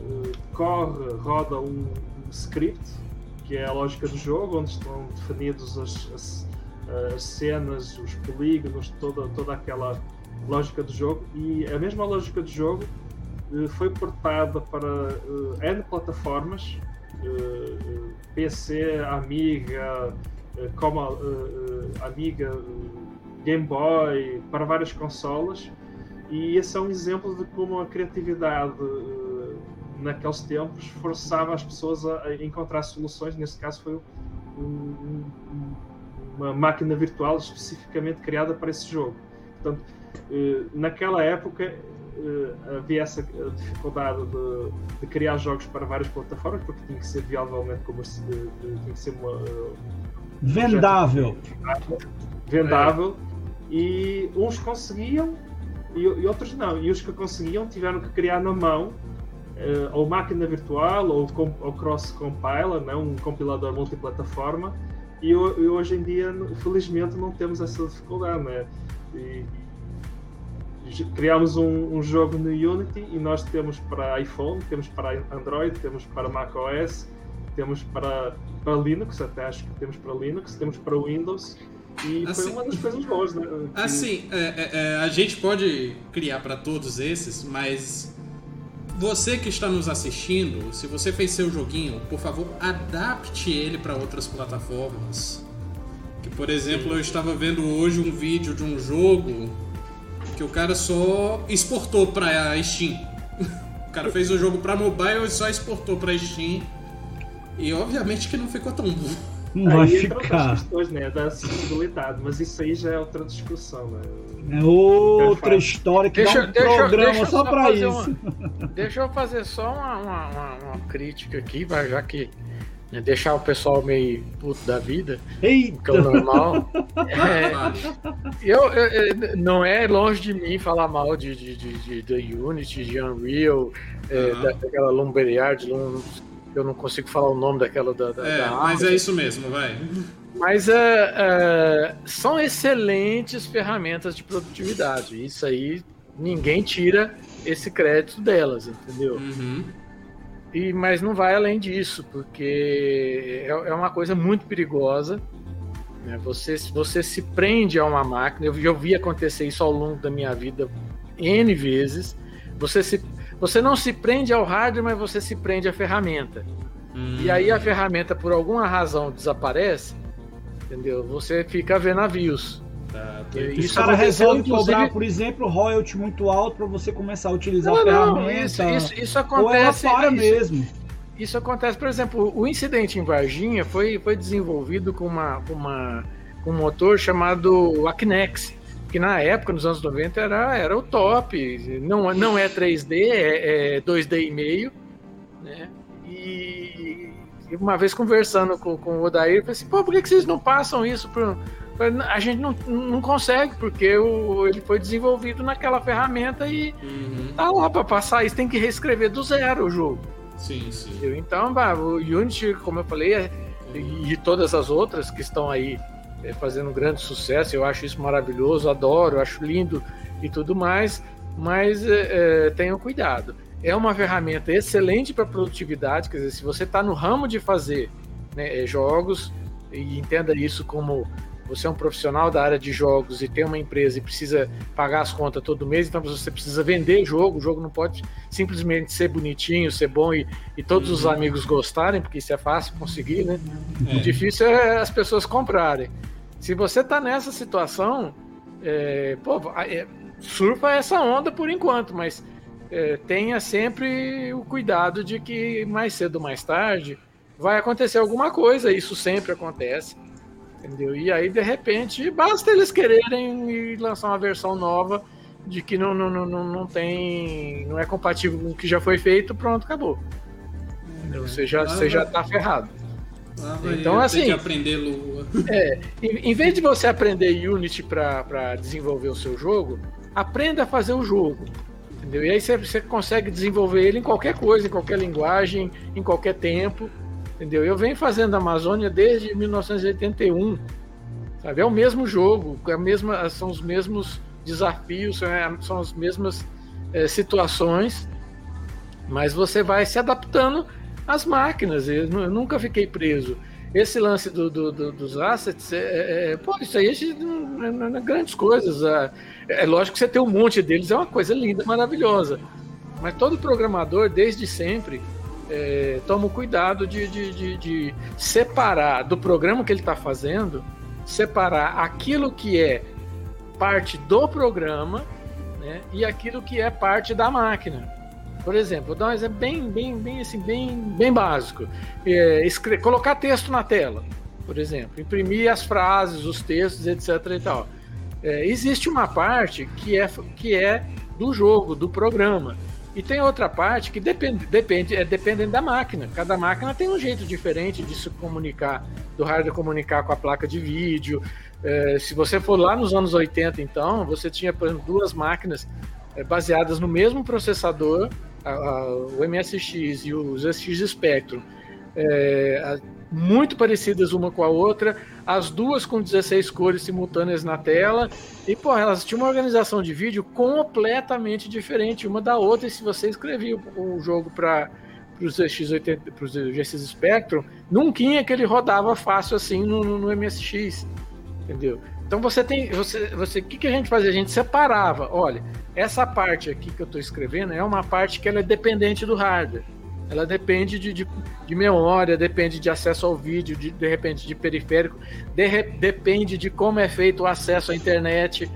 roda um script, que é a lógica do jogo, onde estão definidos as cenas, os polígonos, toda aquela lógica do jogo, e a mesma lógica do jogo foi portada para N plataformas, PC, Amiga, Amiga, Game Boy, para várias consolas, e esse é um exemplo de como a criatividade naqueles tempos forçava as pessoas a encontrar soluções. Nesse caso foi uma máquina virtual especificamente criada para esse jogo. Portanto, naquela época havia essa dificuldade de criar jogos para várias plataformas, porque tinha que ser viavelmente tinha que ser vendável, e uns conseguiam e outros não, e os que conseguiam tiveram que criar na mão ou máquina virtual ou cross compiler, né, um compilador multiplataforma, e hoje em dia felizmente não temos essa dificuldade, né? Criámos um jogo no Unity e nós temos para iPhone, temos para Android, temos para macOS, temos para Linux, até acho que temos para Linux, temos para Windows, e assim, foi uma das coisas boas, né? Assim, a gente pode criar para todos esses, mas você que está nos assistindo, se você fez seu joguinho, por favor, adapte ele para outras plataformas. Que, por exemplo, eu estava vendo hoje um vídeo de um jogo que o cara só exportou para Steam. O cara fez o jogo para mobile e só exportou para Steam. E obviamente que não ficou tão bom. Não vai ficar. Outras questões, né, da acessibilidade, mas isso aí já é outra discussão, né? É outra história que dá um programa só para isso. Deixa eu fazer só uma crítica aqui, já que deixar o pessoal meio puto da vida, Eita. que é o normal. Não é longe de mim falar mal de Unity, de Unreal, daquela Lumberyard, eu não consigo falar o nome daquela da mas é isso mesmo, vai. Mas são excelentes ferramentas de produtividade. Isso aí, ninguém tira esse crédito delas, entendeu? Uhum. Mas não vai além disso, porque é uma coisa muito perigosa, né? Você se prende a uma máquina. Eu já vi acontecer isso ao longo da minha vida N vezes. Você não se prende ao hardware, mas você se prende à ferramenta. E aí a ferramenta, por alguma razão, desaparece, entendeu? Você fica a ver navios. Os caras resolvem cobrar, por exemplo, royalty muito alto para você começar a utilizar a ferramenta. Isso acontece. Ou ela para mesmo. Isso acontece, por exemplo, o incidente em Varginha foi desenvolvido com um motor chamado Akinex, que na época, nos anos 90, era o top. Não é 3D, é 2D e meio, né? E uma vez conversando com o Odair, eu falei assim, por que vocês não passam isso para... A gente não consegue, porque ele foi desenvolvido naquela ferramenta e tá lá para passar isso, tem que reescrever do zero o jogo. Sim. Então, o Unity, como eu falei, e todas as outras que estão aí fazendo um grande sucesso, eu acho isso maravilhoso, adoro, acho lindo e tudo mais, mas tenham cuidado. É uma ferramenta excelente para produtividade, quer dizer, se você está no ramo de fazer, né, jogos, e entenda isso como você é um profissional da área de jogos e tem uma empresa e precisa pagar as contas todo mês, então você precisa vender o jogo não pode simplesmente ser bonitinho, ser bom e todos os amigos gostarem, porque isso é fácil conseguir, né? O difícil é as pessoas comprarem. Se você está nessa situação, surfa essa onda por enquanto, mas tenha sempre o cuidado de que mais cedo ou mais tarde vai acontecer alguma coisa, isso sempre acontece. Entendeu? E aí, de repente, basta eles quererem lançar uma versão nova de que não é compatível com o que já foi feito, pronto, acabou. Você já tá ferrado. Então, assim, tem que aprender Lua. Em vez de você aprender Unity para desenvolver o seu jogo, aprenda a fazer o jogo. Entendeu? E aí você consegue desenvolver ele em qualquer coisa, em qualquer linguagem, em qualquer tempo. Entendeu? Eu venho fazendo a Amazônia desde 1981, sabe? É o mesmo jogo, são os mesmos desafios, são as mesmas situações, mas você vai se adaptando às máquinas. Eu nunca fiquei preso. Esse lance dos assets, isso aí não é grandes coisas. É lógico que você ter um monte deles é uma coisa linda, maravilhosa, mas todo programador, desde sempre, toma o cuidado de separar do programa que ele está fazendo, separar aquilo que é parte do programa, né, e aquilo que é parte da máquina. Por exemplo, vou dar um exemplo bem básico. Colocar texto na tela, por exemplo, imprimir as frases, os textos, etc. e tal. Existe uma parte que é do jogo, do programa. E tem outra parte que depende da máquina. Cada máquina tem um jeito diferente de se comunicar, do hardware comunicar com a placa de vídeo. Se você for lá nos anos 80, então, você tinha, por exemplo, duas máquinas baseadas no mesmo processador, o MSX e o ZX Spectrum, muito parecidas uma com a outra, as duas com 16 cores simultâneas na tela, e elas tinham uma organização de vídeo completamente diferente uma da outra. E se você escrevia o jogo para o ZX Spectrum, nunca que ele rodava fácil assim no MSX, entendeu? Então o que a gente fazia? A gente separava, olha, essa parte aqui que eu estou escrevendo é uma parte que ela é dependente do hardware. Ela depende de memória, depende de acesso ao vídeo, de repente de periférico, depende de como é feito o acesso à internet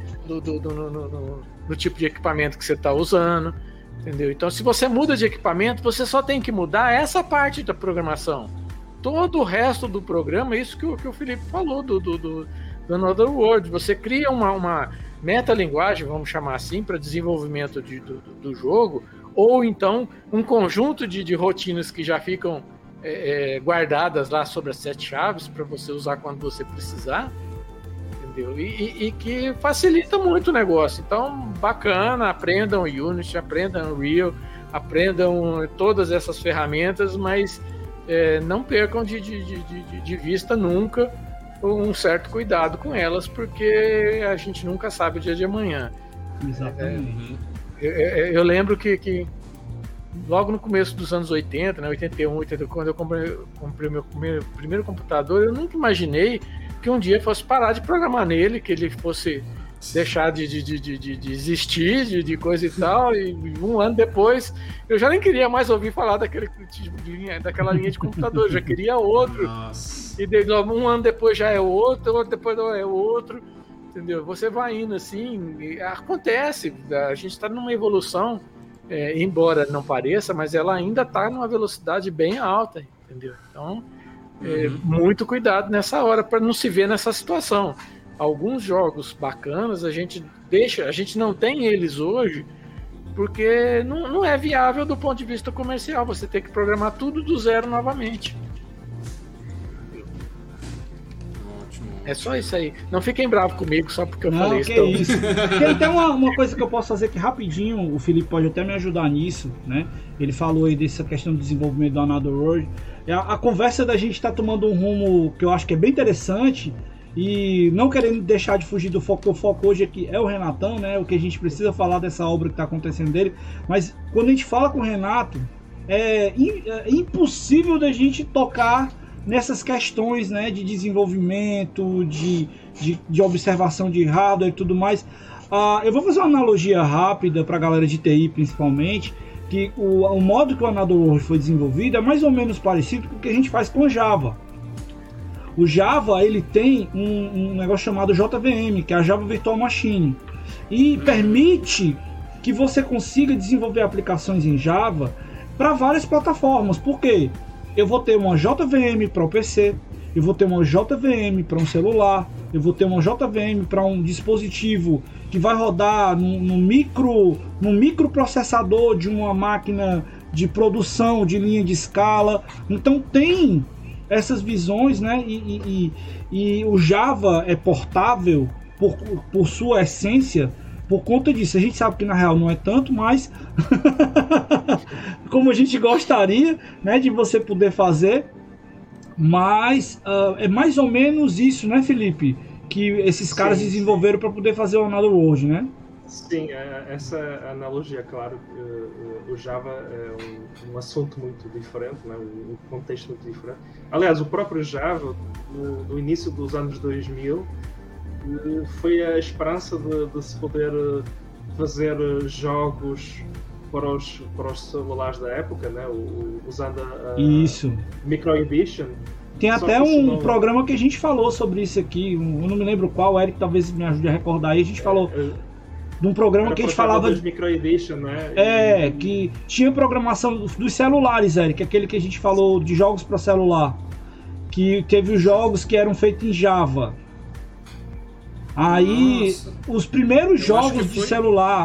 no tipo de equipamento que você está usando, entendeu? Então, se você muda de equipamento, você só tem que mudar essa parte da programação. Todo o resto do programa, isso que o Felipe falou do Another World, você cria uma metalinguagem, vamos chamar assim, para desenvolvimento do jogo, ou então um conjunto de rotinas que já ficam guardadas lá sobre as 7 chaves para você usar quando você precisar, entendeu? E que facilita muito o negócio. Então, bacana, aprendam Unity, aprendam Unreal, aprendam todas essas ferramentas, mas não percam de vista nunca um certo cuidado com elas, porque a gente nunca sabe o dia de amanhã. Exatamente. Eu lembro que logo no começo dos anos 80, né, 81, 82, quando eu comprei meu primeiro computador, eu nunca imaginei que um dia fosse parar de programar nele, que ele fosse deixar de existir, de coisa e tal, e um ano depois eu já nem queria mais ouvir falar daquela linha de computador, eu já queria outro. Nossa. E um ano depois já é outro depois é outro. entendeu? Você vai indo assim, acontece, a gente está numa evolução, embora não pareça, mas ela ainda está numa velocidade bem alta, entendeu? Então, muito cuidado nessa hora para não se ver nessa situação. Alguns jogos bacanas a gente não tem eles hoje, porque não é viável do ponto de vista comercial, você tem que programar tudo do zero novamente. É só isso aí. Não fiquem bravos comigo só porque eu falei isso. Isso. Tem uma coisa que eu posso fazer aqui rapidinho, o Felipe pode até me ajudar nisso, né? Ele falou aí dessa questão do desenvolvimento do Another World. A conversa da gente está tomando um rumo que eu acho que é bem interessante, e não querendo deixar de fugir do foco, porque o foco hoje aqui é o Renatão, né? O que a gente precisa falar dessa obra que está acontecendo dele. Mas quando a gente fala com o Renato, é impossível da gente tocar nessas questões, né, de desenvolvimento, de observação de hardware e tudo mais. Eu vou fazer uma analogia rápida para a galera de TI principalmente, que o modo que o Another World foi desenvolvido é mais ou menos parecido com o que a gente faz com o Java. O Java, ele tem um negócio chamado JVM, que é a Java Virtual Machine, e permite que você consiga desenvolver aplicações em Java para várias plataformas. Por quê? Eu vou ter uma JVM para o PC, eu vou ter uma JVM para um celular, eu vou ter uma JVM para um dispositivo que vai rodar no microprocessador de uma máquina de produção de linha de escala. Então tem essas visões, né? E o Java é portável por sua essência. Por conta disso, a gente sabe que na real não é tanto, mas como a gente gostaria, né, de você poder fazer, mas é mais ou menos isso, né, Felipe, que esses caras desenvolveram para poder fazer o Another World, né? Sim, essa analogia, claro, o Java é um assunto muito diferente, né? Um contexto muito diferente. Aliás, o próprio Java, no início dos anos 2000, foi a esperança de se poder fazer jogos para os celulares da época, né? Usando a Micro Edition. Tem até um programa que a gente falou sobre isso aqui, eu não me lembro qual, Eric talvez me ajude a recordar aí, a gente falou de um programa que a gente falava dos Micro Edition, né? Que tinha programação dos celulares, Eric, aquele que a gente falou de jogos para celular, que teve os jogos que eram feitos em Java. Aí, os primeiros jogos de celular,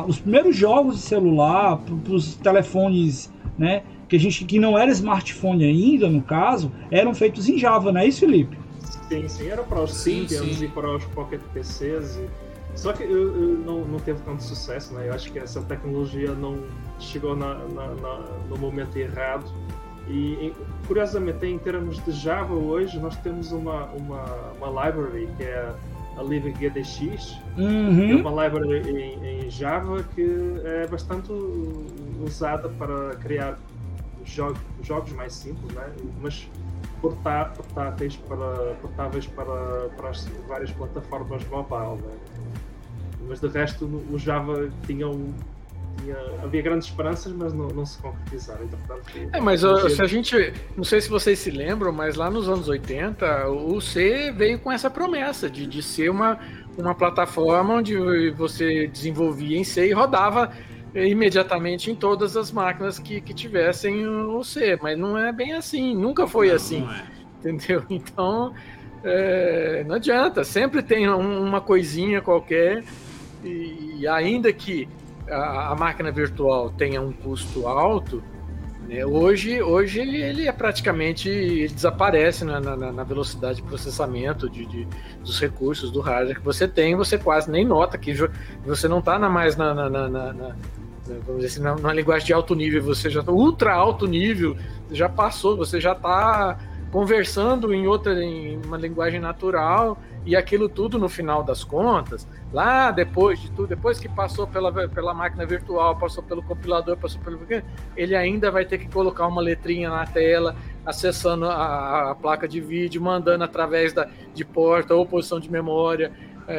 para os telefones, né, que não era smartphone ainda, no caso, eram feitos em Java, não é isso, Felipe? Sim, era para os Symbians e para os Pocket PCs. Só que não teve tanto sucesso, né? Eu acho que essa tecnologia não chegou no momento errado. E, curiosamente, em termos de Java hoje, nós temos uma library que é a LibGDX, que é uma library em Java que é bastante usada para criar jogos mais simples, né? Mas portáteis para as várias plataformas mobile, né? Mas de resto o Java havia grandes esperanças, mas não se concretizaram. Mas se a gente, não sei se vocês se lembram, mas lá nos anos 80 o C veio com essa promessa de ser uma plataforma onde você desenvolvia em C e rodava imediatamente em todas as máquinas que tivessem o C, mas não é bem assim, nunca foi assim, entendeu? Então não adianta, sempre tem uma coisinha qualquer, e ainda que a máquina virtual tenha um custo alto, né, hoje ele praticamente desaparece na velocidade de processamento dos recursos do hardware que você tem, você quase nem nota que você não está mais vamos dizer assim, na linguagem de alto nível, você já está ultra alto nível, já passou, você já está conversando em uma linguagem natural, e aquilo tudo no final das contas, lá depois de tudo, depois que passou pela máquina virtual, passou pelo compilador, passou pelo... ele ainda vai ter que colocar uma letrinha na tela, acessando a placa de vídeo, mandando através de porta ou posição de memória,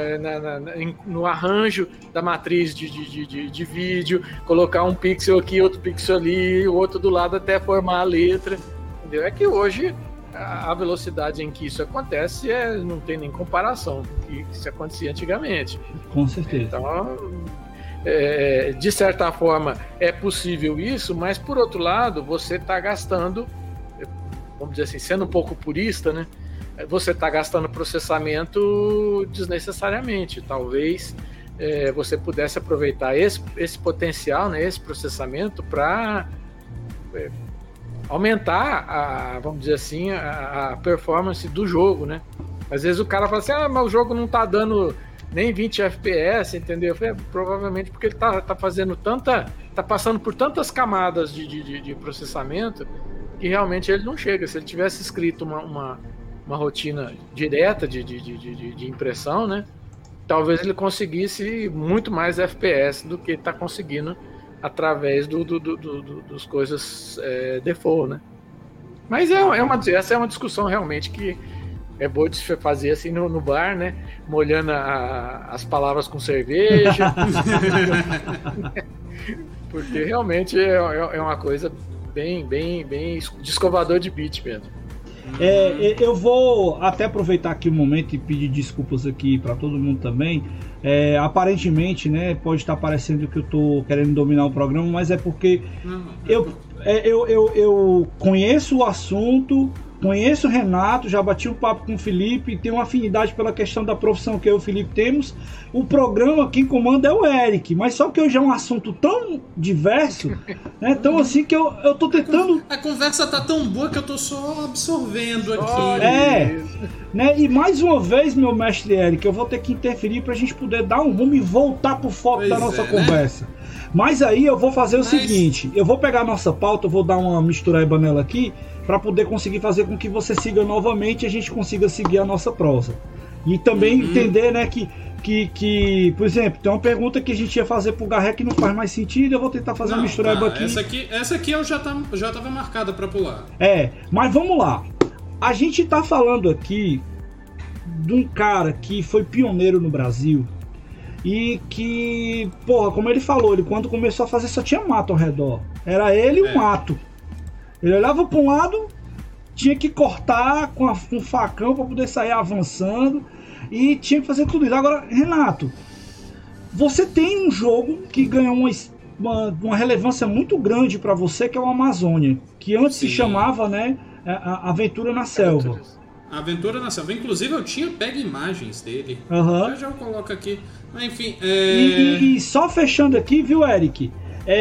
no arranjo da matriz de vídeo, colocar um pixel aqui, outro pixel ali, o outro do lado até formar a letra, entendeu? É que hoje a velocidade em que isso acontece não tem nem comparação com o que se acontecia antigamente. Com certeza. Então, de certa forma, é possível isso, mas por outro lado, você está gastando, vamos dizer assim, sendo um pouco purista, né? Você está gastando processamento desnecessariamente. Talvez você pudesse aproveitar esse potencial, né, esse processamento para aumentar, vamos dizer assim, a performance do jogo, né? Às vezes o cara fala assim, mas o jogo não está dando nem 20 FPS, entendeu? Provavelmente porque ele tá fazendo tá passando por tantas camadas de processamento que realmente ele não chega. Se ele tivesse escrito uma rotina direta de impressão, né? Talvez ele conseguisse muito mais FPS do que está conseguindo através dos coisas default, né? Mas essa é uma discussão realmente que é boa de se fazer assim no bar, né? Molhando as palavras com cerveja. Porque realmente é uma coisa bem de escovador de bit mesmo. Eu vou até aproveitar aqui um momento e pedir desculpas aqui para todo mundo também. Aparentemente, né, pode estar parecendo que eu tô querendo dominar o programa, mas é porque eu conheço o assunto, conheço o Renato, já bati um papo com o Felipe, tenho uma afinidade pela questão da profissão que eu e o Felipe temos. O programa quem comanda é o Eric, mas só que hoje é um assunto tão diverso, né, tão assim que eu tô tentando... A conversa tá tão boa que eu tô só absorvendo aqui. Né, e mais uma vez, meu mestre Eric, eu vou ter que interferir pra gente poder dar um rumo e voltar pro foco da nossa conversa. Né? Mas aí eu vou fazer o seguinte, eu vou pegar a nossa pauta, eu vou dar uma mistureba nela aqui, para poder conseguir fazer com que você siga novamente e a gente consiga seguir a nossa prosa. E também entender, né, que, por exemplo, tem uma pergunta que a gente ia fazer pro Garré que não faz mais sentido, eu vou tentar fazer uma mistureba aqui. Essa aqui eu já tava marcada para pular. Mas vamos lá. A gente tá falando aqui de um cara que foi pioneiro no Brasil e que, porra, como ele falou, ele quando começou a fazer só tinha mato ao redor. Era ele e o mato. Ele olhava para um lado, tinha que cortar com um facão para poder sair avançando e tinha que fazer tudo isso. Agora, Renato, você tem um jogo que ganhou uma relevância muito grande para você, que é o Amazônia, que antes se chamava, né, Aventura na Selva. Aventura na Selva. Inclusive eu tinha pego imagens dele. Já coloco aqui. Mas enfim. E só fechando aqui, viu, Eric?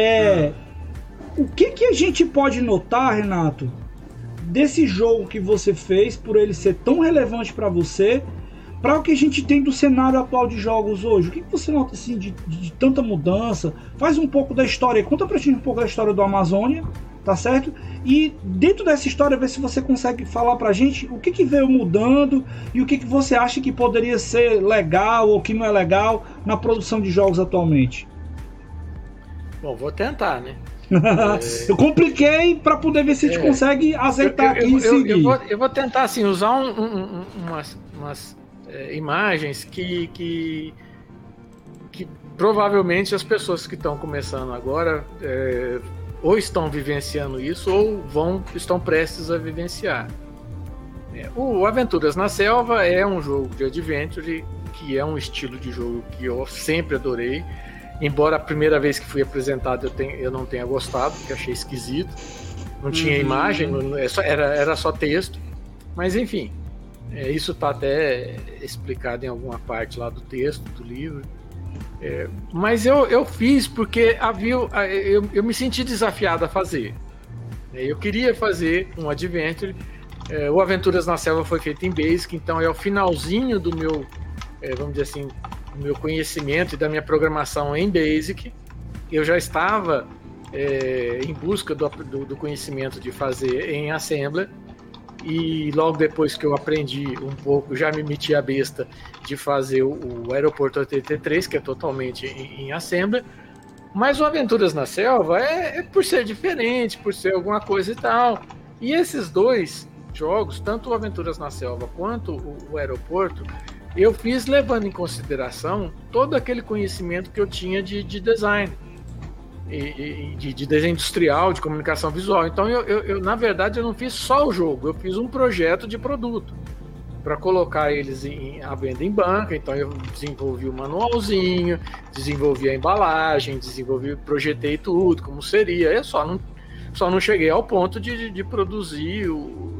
O que a gente pode notar, Renato, desse jogo que você fez, por ele ser tão relevante para você, para o que a gente tem do cenário atual de jogos hoje? O que você nota assim de tanta mudança? Faz um pouco da história, conta pra gente um pouco da história do Amazônia, tá certo? E dentro dessa história, ver se você consegue falar pra gente o que veio mudando e o que você acha que poderia ser legal ou que não é legal na produção de jogos atualmente. Bom, vou tentar, né? Eu compliquei para poder ver se a gente consegue azeitar aqui e seguir. Eu vou tentar assim, usar umas imagens que provavelmente as pessoas que estão começando agora ou estão vivenciando isso ou estão prestes a vivenciar. O Aventuras na Selva é um jogo de adventure que é um estilo de jogo que eu sempre adorei. Embora a primeira vez que fui apresentado eu não tenha gostado, porque achei esquisito. Não tinha imagem, era só texto. Mas enfim, isso está até explicado em alguma parte lá do texto, do livro. Mas eu fiz porque eu me senti desafiado a fazer. Eu queria fazer um adventure. O Aventuras na Selva foi feito em Basic, então é o finalzinho do meu, vamos dizer assim, do meu conhecimento e da minha programação em Basic. Eu já estava em busca do conhecimento de fazer em Assembler, e logo depois que eu aprendi um pouco, já me meti a besta de fazer o Aeroporto 83, que é totalmente em Assembler. Mas o Aventuras na Selva é por ser diferente, por ser alguma coisa e tal. E esses dois jogos, tanto o Aventuras na Selva quanto o Aeroporto, eu fiz levando em consideração todo aquele conhecimento que eu tinha de design. de desenho industrial, de comunicação visual. Então, eu na verdade, eu não fiz só o jogo, eu fiz um projeto de produto para colocar eles à venda em banca. Então, eu desenvolvi o manualzinho, desenvolvi a embalagem, projetei tudo, como seria. Eu só não cheguei ao ponto de produzir,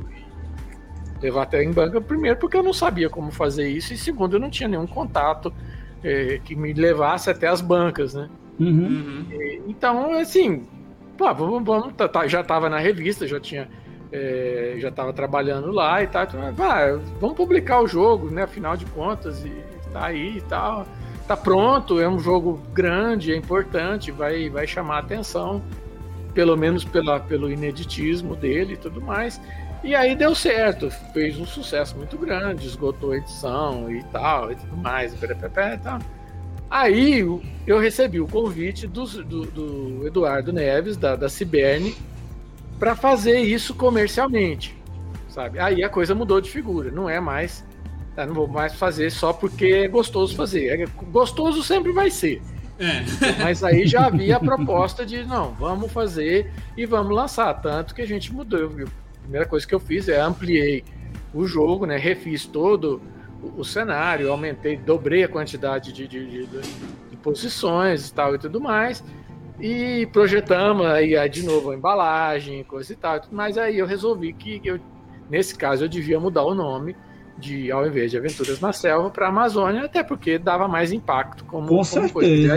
levar até em banca, primeiro, porque eu não sabia como fazer isso, e segundo, eu não tinha nenhum contato que me levasse até as bancas, né? Uhum. Então, assim, vamos já estava na revista, já estava trabalhando lá e tal, então, vamos publicar o jogo, né? Afinal de contas, e tá aí e tal, tá pronto, é um jogo grande, é importante, vai chamar a atenção, pelo menos pelo ineditismo dele e tudo mais. E aí deu certo, fez um sucesso muito grande, esgotou a edição e tal, e tudo mais, e tal. Aí eu recebi o convite do Eduardo Neves, da Ciberne, para fazer isso comercialmente, sabe? Aí a coisa mudou de figura, não é mais, não vou mais fazer só porque é gostoso fazer. Gostoso sempre vai ser. Mas aí já havia a proposta de, não, vamos fazer e vamos lançar, tanto que a gente mudou. A primeira coisa que eu fiz ampliei o jogo, né? Refiz todo o cenário, dobrei a quantidade de posições e tal e tudo mais, e projetamos aí de novo a embalagem, coisa e tal e tudo mais. Aí eu resolvi que nesse caso eu devia mudar o nome ao invés de Aventuras na Selva, para Amazônia, até porque dava mais impacto como certeza. Coisa.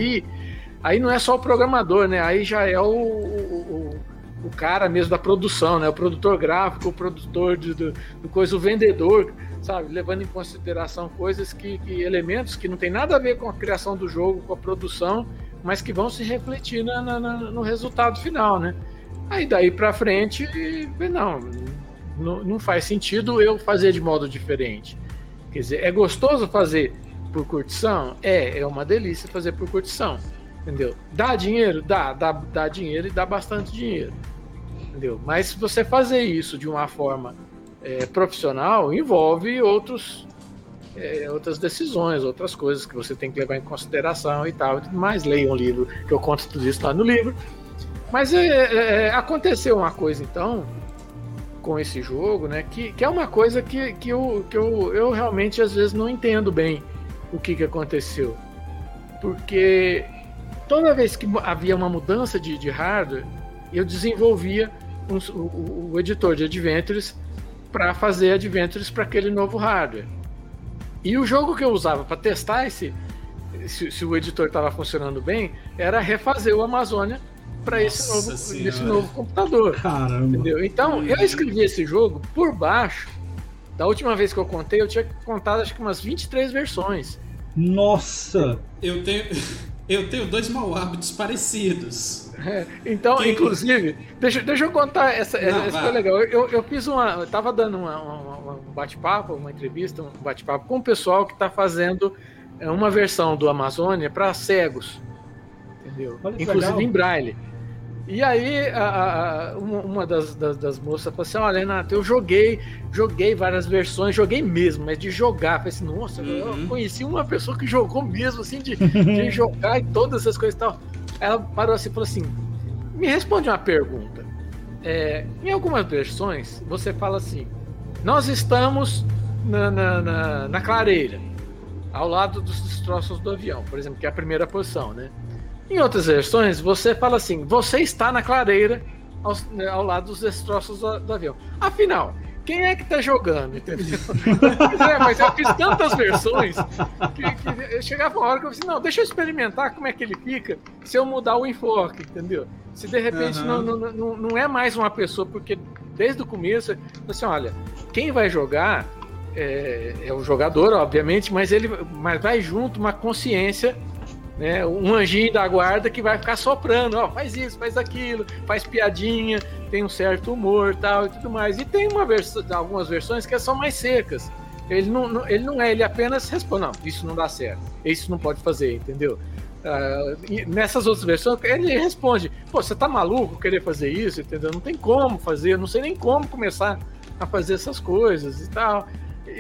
Aí não é só o programador, né? Aí já é o cara mesmo da produção, né? O produtor gráfico, o produtor do coisa, o vendedor, sabe? Levando em consideração coisas elementos que não tem nada a ver com a criação do jogo, com a produção, mas que vão se refletir no resultado final, né? Aí daí pra frente, não faz sentido eu fazer de modo diferente. Quer dizer, é gostoso fazer por curtição? É uma delícia fazer por curtição. Entendeu? Dá dinheiro? Dá dinheiro e dá bastante dinheiro. Entendeu? Mas se você fazer isso de uma forma profissional, envolve outras decisões, outras coisas que você tem que levar em consideração e tal. Mas leiam o livro, que eu conto tudo isso lá no livro. Mas aconteceu uma coisa, então, com esse jogo, né? Que é uma coisa que eu realmente, às vezes, não entendo bem o que aconteceu. Porque toda vez que havia uma mudança de hardware, eu desenvolvia o editor de Adventures para fazer Adventures para aquele novo hardware. E o jogo que eu usava para testar se o editor estava funcionando bem era refazer o Amazônia para esse novo computador. Caramba. Entendeu? Então, eu escrevi esse jogo por baixo. Da última vez que eu contei, eu tinha contado acho que umas 23 versões. Nossa! Eu tenho 2 mau hábitos parecidos. Então, inclusive, deixa eu contar essa foi legal. Eu fiz eu tava dando um bate-papo, uma entrevista, um bate-papo com o pessoal que está fazendo uma versão do Amazônia para cegos, entendeu? Inclusive legal. Em Braille. E aí uma das moças falou assim: olha, Renato, eu joguei várias versões, joguei mesmo, mas de jogar. Falei assim, nossa, eu conheci uma pessoa que jogou mesmo, assim, de jogar e todas essas coisas e tal. Ela parou assim e falou assim: me responde uma pergunta. Em algumas versões, você fala assim: nós estamos na clareira, ao lado dos destroços do avião, por exemplo, que é a primeira posição, né? Em outras versões, você fala assim: você está na clareira ao lado dos destroços do avião. Afinal, quem é que está jogando? Entendeu? Mas eu fiz tantas versões que eu chegava uma hora que eu falei assim: não, deixa eu experimentar como é que ele fica se eu mudar o enfoque, entendeu? Se de repente não é mais uma pessoa, porque desde o começo, assim, olha, quem vai jogar é o jogador, obviamente, mas vai junto uma consciência, né, um anjinho da guarda que vai ficar soprando, faz isso, faz aquilo, faz piadinha, tem um certo humor, tal e tudo mais. E tem algumas versões que são mais secas. Ele apenas responde: não, isso não dá certo, isso não pode fazer, entendeu? E nessas outras versões ele responde: pô, você tá maluco querer fazer isso, entendeu? Não tem como fazer, eu não sei nem como começar a fazer essas coisas e tal.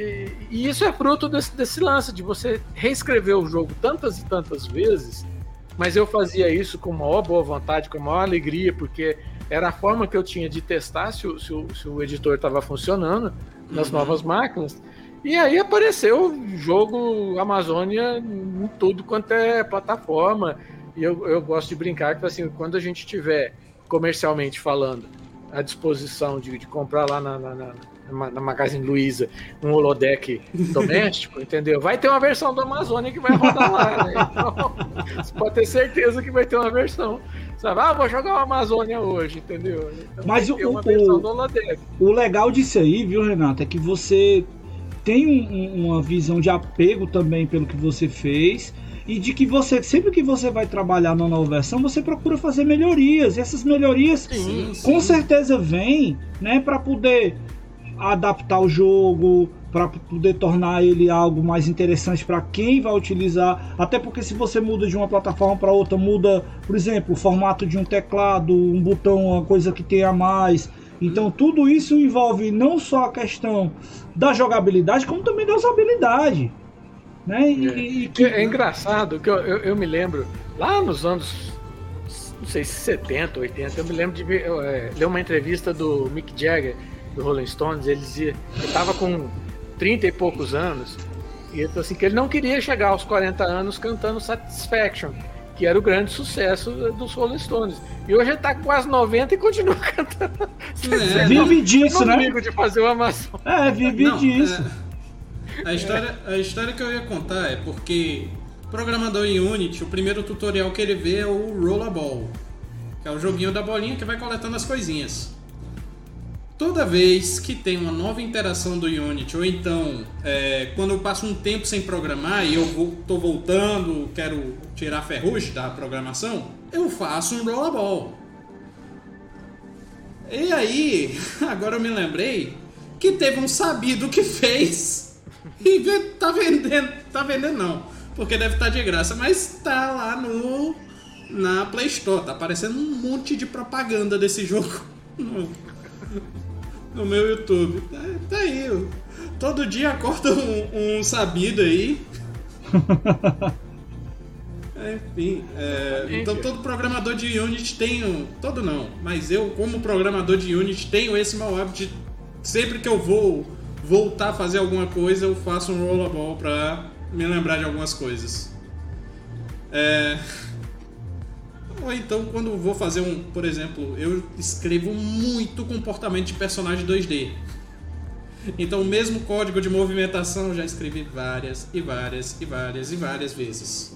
E isso é fruto desse lance de você reescrever o jogo tantas e tantas vezes, mas eu fazia isso com a maior boa vontade, com a maior alegria, porque era a forma que eu tinha de testar se o editor estava funcionando nas novas máquinas. E aí apareceu o jogo Amazônia em tudo quanto é plataforma. E eu gosto de brincar que assim, quando a gente tiver comercialmente falando à disposição de comprar lá na Magazine Luiza um holodeck doméstico, entendeu? Vai ter uma versão do Amazônia que vai rodar lá, né? Então, você pode ter certeza que vai ter uma versão. Sabe? Vou jogar o Amazônia hoje, entendeu? Então, mas uma versão do holodeck. O legal disso aí, viu, Renato, é que você tem uma visão de apego também pelo que você fez e de que você, sempre que você vai trabalhar na nova versão, você procura fazer melhorias. E essas melhorias com certeza vêm, né, para poder adaptar o jogo, para poder tornar ele algo mais interessante para quem vai utilizar. Até porque se você muda de uma plataforma para outra, muda, por exemplo, o formato de um teclado, um botão, uma coisa que tenha mais. Então tudo isso envolve não só a questão da jogabilidade, como também da usabilidade, né? É engraçado que eu me lembro, lá nos anos, não sei se 70, 80, eu me lembro de ler uma entrevista do Mick Jagger, do Rolling Stones. Ele dizia que estava com 30 e poucos anos, e ele falou assim, que ele não queria chegar aos 40 anos cantando Satisfaction, que era o grande sucesso dos Rolling Stones. E hoje ele tá com quase 90 e continua cantando. Vive disso, né? Amigo de fazer o Amazon. Vive disso. A história que eu ia contar é porque o programador em Unity, o primeiro tutorial que ele vê é o Rollerball, que é o joguinho da bolinha que vai coletando as coisinhas. Toda vez que tem uma nova interação do Unity, ou então quando eu passo um tempo sem programar e eu tô voltando, quero tirar a ferrugem da programação, eu faço um rollerball. E aí, agora eu me lembrei que teve um sabido que fez e tá vendendo não, porque deve estar de graça, mas tá lá na Play Store, tá aparecendo um monte de propaganda desse jogo no meu YouTube. Tá aí. Todo dia acorda um sabido aí. Enfim. Então todo programador de Unity tem. Todo não. Mas eu, como programador de Unity, tenho esse mau hábito de sempre que eu vou voltar a fazer alguma coisa, eu faço um rollerball pra me lembrar de algumas coisas. Ou então, quando vou fazer por exemplo, eu escrevo muito comportamento de personagem 2D. Então, o mesmo código de movimentação eu já escrevi várias vezes.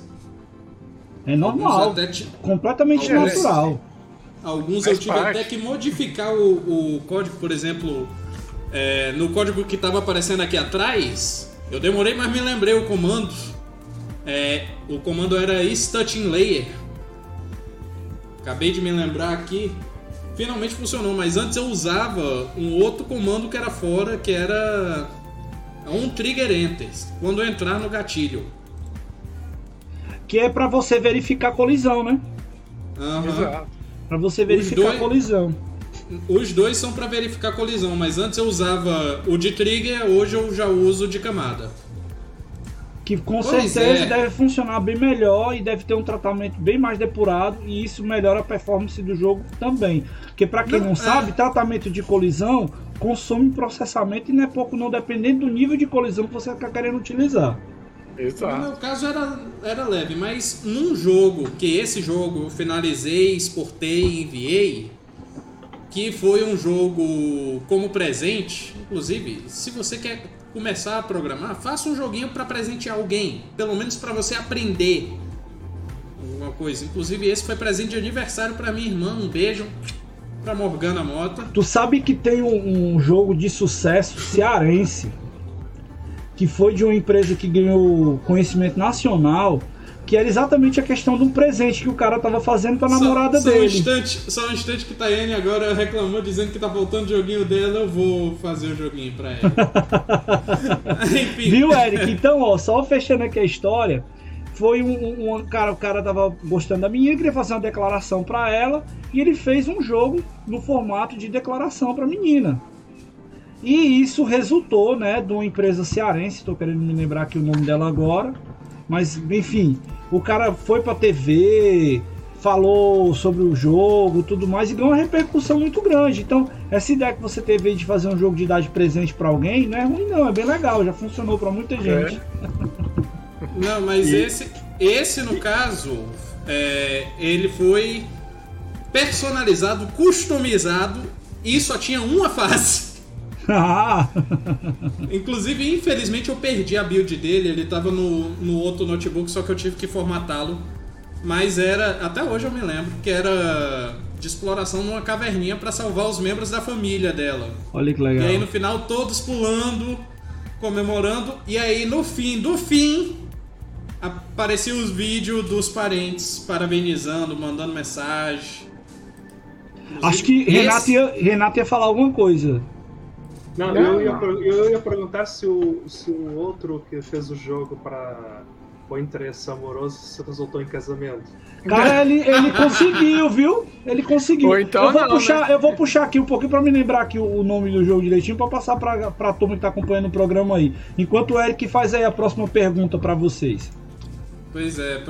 É normal, completamente natural. Alguns eu tive até que modificar o código, por exemplo, no código que estava aparecendo aqui atrás, eu demorei, mas me lembrei o comando. O comando era is-touching layer. Acabei de me lembrar aqui. Finalmente funcionou, mas antes eu usava um outro comando que era fora, que era um trigger enter, quando eu entrar no gatilho. Que é para você verificar a colisão, né? Exato. Para você verificar a colisão. Os dois são para verificar a colisão, mas antes eu usava o de trigger, hoje eu já uso o de camada. Que com certeza deve funcionar bem melhor e deve ter um tratamento bem mais depurado, e isso melhora a performance do jogo também. Porque para quem não sabe, tratamento de colisão consome processamento e não é pouco não, dependendo do nível de colisão que você está querendo utilizar. Exato. No meu caso era leve, mas num jogo, que esse jogo eu finalizei, exportei e enviei, que foi um jogo como presente. Inclusive, se você quer começar a programar, faça um joguinho para presentear alguém, pelo menos para você aprender alguma coisa. Inclusive esse foi presente de aniversário para minha irmã. Um beijo para Morgana Mota. Tu sabe que tem um jogo de sucesso cearense que foi de uma empresa que ganhou conhecimento nacional, que era exatamente a questão de um presente que o cara tava fazendo pra namorada dele. Só um instante que Tayane agora reclamou, dizendo que tá voltando o joguinho dela, eu vou fazer o joguinho pra ela. Enfim. Viu, Eric? Então, só fechando aqui a história, foi o cara tava gostando da menina, queria fazer uma declaração pra ela, e ele fez um jogo no formato de declaração pra menina. E isso resultou, né, de uma empresa cearense, tô querendo me lembrar aqui o nome dela agora, Mas, enfim, o cara foi pra TV, falou sobre o jogo, tudo mais, e ganhou uma repercussão muito grande. Então, essa ideia que você teve aí de fazer um jogo de idade presente pra alguém, não é ruim não, é bem legal, já funcionou pra muita gente. Não, mas esse no caso, ele foi personalizado, customizado e só tinha uma fase. Inclusive, infelizmente, eu perdi a build dele. Ele tava no outro notebook, só que eu tive que formatá-lo. Mas era, até hoje eu me lembro, que era de exploração numa caverninha pra salvar os membros da família dela. Olha que legal. E aí no final todos pulando, comemorando. E aí no fim do fim apareciam os vídeos dos parentes parabenizando, mandando mensagem. Acho que Renato ia falar alguma coisa. Não, eu ia perguntar se o outro que fez o jogo para o interesse amoroso se resultou em casamento. Cara, ele conseguiu, viu? Ele conseguiu. Ou então eu vou puxar aqui um pouquinho pra me lembrar aqui o nome do jogo direitinho pra passar pra turma que tá acompanhando o programa aí. Enquanto o Eric faz aí a próxima pergunta pra vocês. Pois é.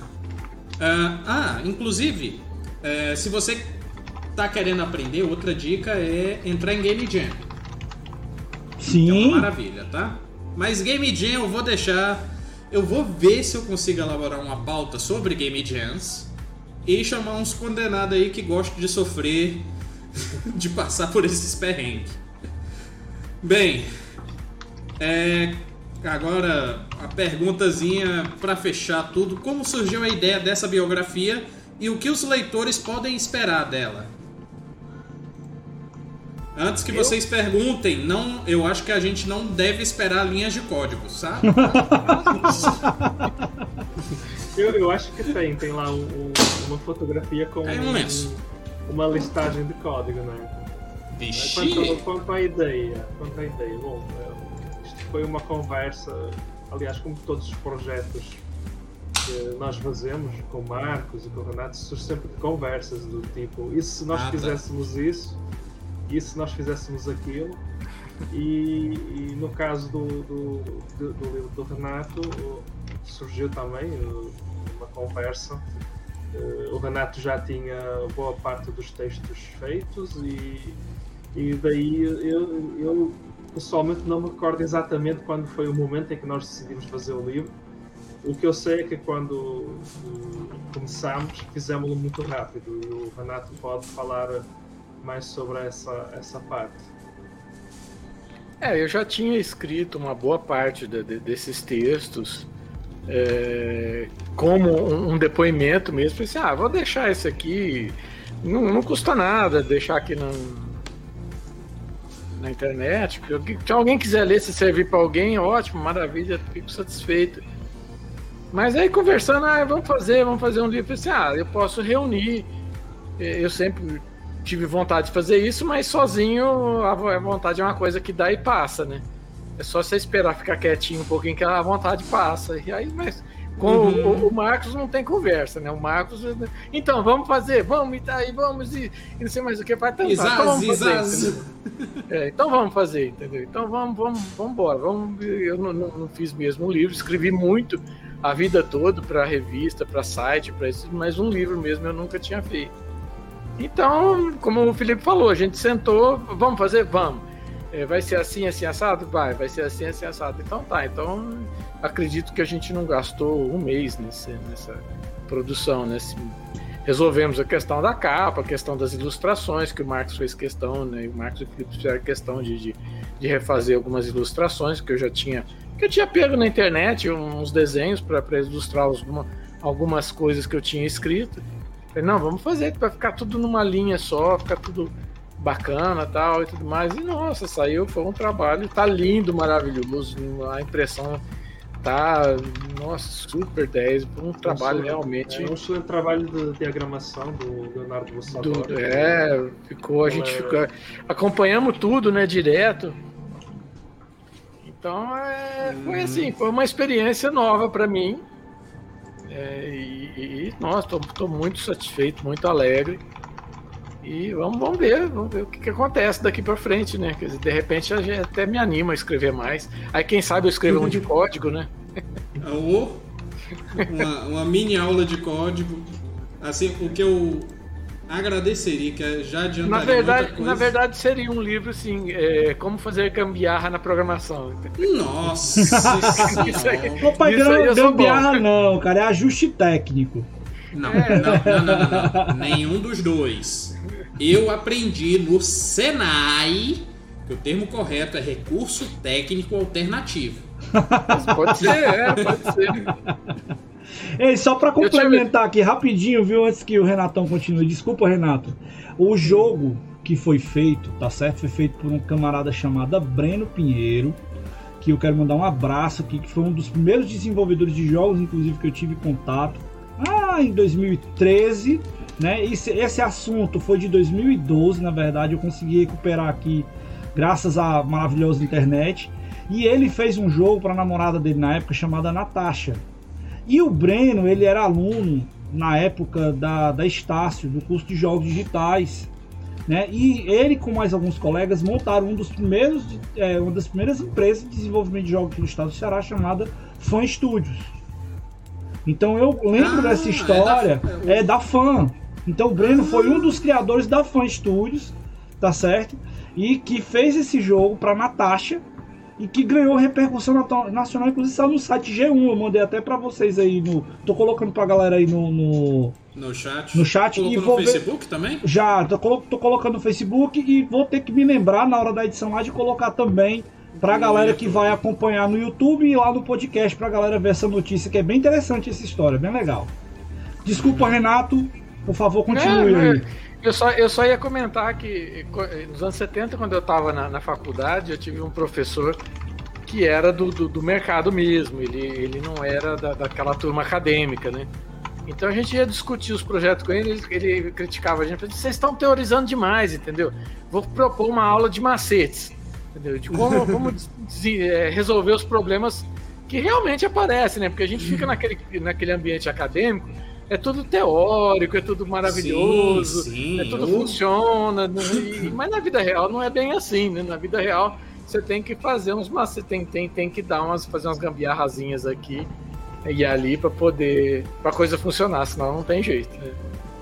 Inclusive, se você tá querendo aprender, outra dica é entrar em Game Jam. Sim. É uma maravilha, tá? Mas Game Jam eu vou deixar... Eu vou ver se eu consigo elaborar uma pauta sobre Game Jams e chamar uns condenados aí que gostam de sofrer, de passar por esses perrengues. Bem, agora a perguntazinha para fechar tudo. Como surgiu a ideia dessa biografia e o que os leitores podem esperar dela? Antes que vocês perguntem, eu acho que a gente não deve esperar linhas de código, sabe? Eu acho que tem lá uma fotografia com uma listagem de código, né? Vixe! Quanto à ideia, bom, isto foi uma conversa, aliás, como todos os projetos que nós fazemos com o Marcos e com o Renato, surge sempre de conversas do tipo, e se nós fizéssemos isso? E se nós fizéssemos aquilo? E no caso do livro do Renato, surgiu também uma conversa. O Renato já tinha boa parte dos textos feitos e daí eu pessoalmente não me recordo exatamente quando foi o momento em que nós decidimos fazer o livro. O que eu sei é que quando começámos, fizemos-lo muito rápido e o Renato pode falar mais sobre essa parte. Eu já tinha escrito uma boa parte desses textos como um depoimento mesmo. Pensei, vou deixar esse aqui, não custa nada deixar aqui na internet. Se alguém quiser ler, se servir para alguém, ótimo, maravilha, fico satisfeito. Mas aí conversando, vamos fazer um livro. Pensei, eu posso reunir, eu sempre tive vontade de fazer isso, mas sozinho a vontade é uma coisa que dá e passa, né? É só você esperar ficar quietinho um pouquinho que a vontade passa. E aí, mas com o Marcos não tem conversa, né? O Marcos, então vamos fazer, vamos e vamos e não sei mais o que vai tentar. Então vamos fazer, então vamos fazer, entendeu? Então vamos embora. Eu não fiz mesmo um livro, escrevi muito a vida toda para revista, para site, para isso, mas um livro mesmo eu nunca tinha feito. Então, como o Felipe falou, a gente sentou, vamos fazer? Vamos. Vai ser assim, assim, assado? Vai ser assim, assim, assado. Então tá, acredito que a gente não gastou um mês nessa produção, né? Resolvemos a questão da capa, a questão das ilustrações, que o Marcos fez questão, né? O Marcos e o Felipe fizeram questão de refazer algumas ilustrações que eu tinha pego na internet, uns desenhos para ilustrar algumas coisas que eu tinha escrito. Falei, não, vamos fazer, que vai ficar tudo numa linha só, ficar tudo bacana tal, e tudo mais. E nossa, foi um trabalho, tá lindo, maravilhoso, a impressão tá, nossa, super 10, um trabalho realmente... um excelente trabalho de diagramação do Leonardo Bussador. A gente ficou... Acompanhamos tudo, né, direto. Então, foi assim, foi uma experiência nova para mim. Nossa, estou muito satisfeito, muito alegre. E vamos ver o que acontece daqui para frente, né? Quer dizer, de repente até me anima a escrever mais. Aí quem sabe eu escrevo um de código, né? uma mini aula de código. Assim, o que eu agradeceria, que já adiantaria muita coisa. Na verdade, seria um livro, assim, como fazer gambiarra na programação. Nossa! Papai, gambiarra não, cara, é ajuste técnico. Não. Nenhum dos dois. Eu aprendi no Senai que o termo correto é recurso técnico alternativo. Pode ser. Ei, só pra complementar aqui rapidinho, viu, antes que o Renatão continue. Desculpa, Renato. O jogo que foi feito, tá certo? Foi feito por um camarada chamado Breno Pinheiro, que eu quero mandar um abraço aqui, que foi um dos primeiros desenvolvedores de jogos, inclusive, que eu tive contato. Em 2013, né? Esse assunto foi de 2012, na verdade. Eu consegui recuperar aqui graças à maravilhosa internet. E ele fez um jogo para a namorada dele na época chamada Natasha. E o Breno, ele era aluno na época da Estácio, do curso de jogos digitais, né? E ele, com mais alguns colegas, montaram uma das primeiras empresas de desenvolvimento de jogos do estado do Ceará, chamada Fan Studios. Então eu lembro dessa história, da Fan. Então o Breno foi um dos criadores da Fan Studios, tá certo? E que fez esse jogo para Natasha e que ganhou repercussão nacional, inclusive saiu no site G1. Eu mandei até para vocês aí tô colocando pra galera aí no chat. No chat. Colocou e vou no Facebook também? Já, tô colocando no Facebook e vou ter que me lembrar na hora da edição lá de colocar também pra galera que vai acompanhar no YouTube e lá no podcast, pra galera ver essa notícia, que é bem interessante essa história, bem legal. Desculpa, Renato, por favor, continue aí. Eu só ia comentar que nos anos 70, quando eu estava na faculdade, eu tive um professor que era do mercado mesmo, ele não era daquela turma acadêmica, né? Então a gente ia discutir os projetos com ele criticava a gente, vocês estão teorizando demais, entendeu? Vou propor uma aula de macetes, entendeu? De como resolver os problemas que realmente aparecem, né? Porque a gente fica naquele ambiente acadêmico, é tudo teórico, é tudo maravilhoso, sim. Tudo funciona, mas na vida real não é bem assim, né? Na vida real você tem que fazer tem que fazer umas gambiarrazinhas aqui e ali pra coisa funcionar, senão não tem jeito, né?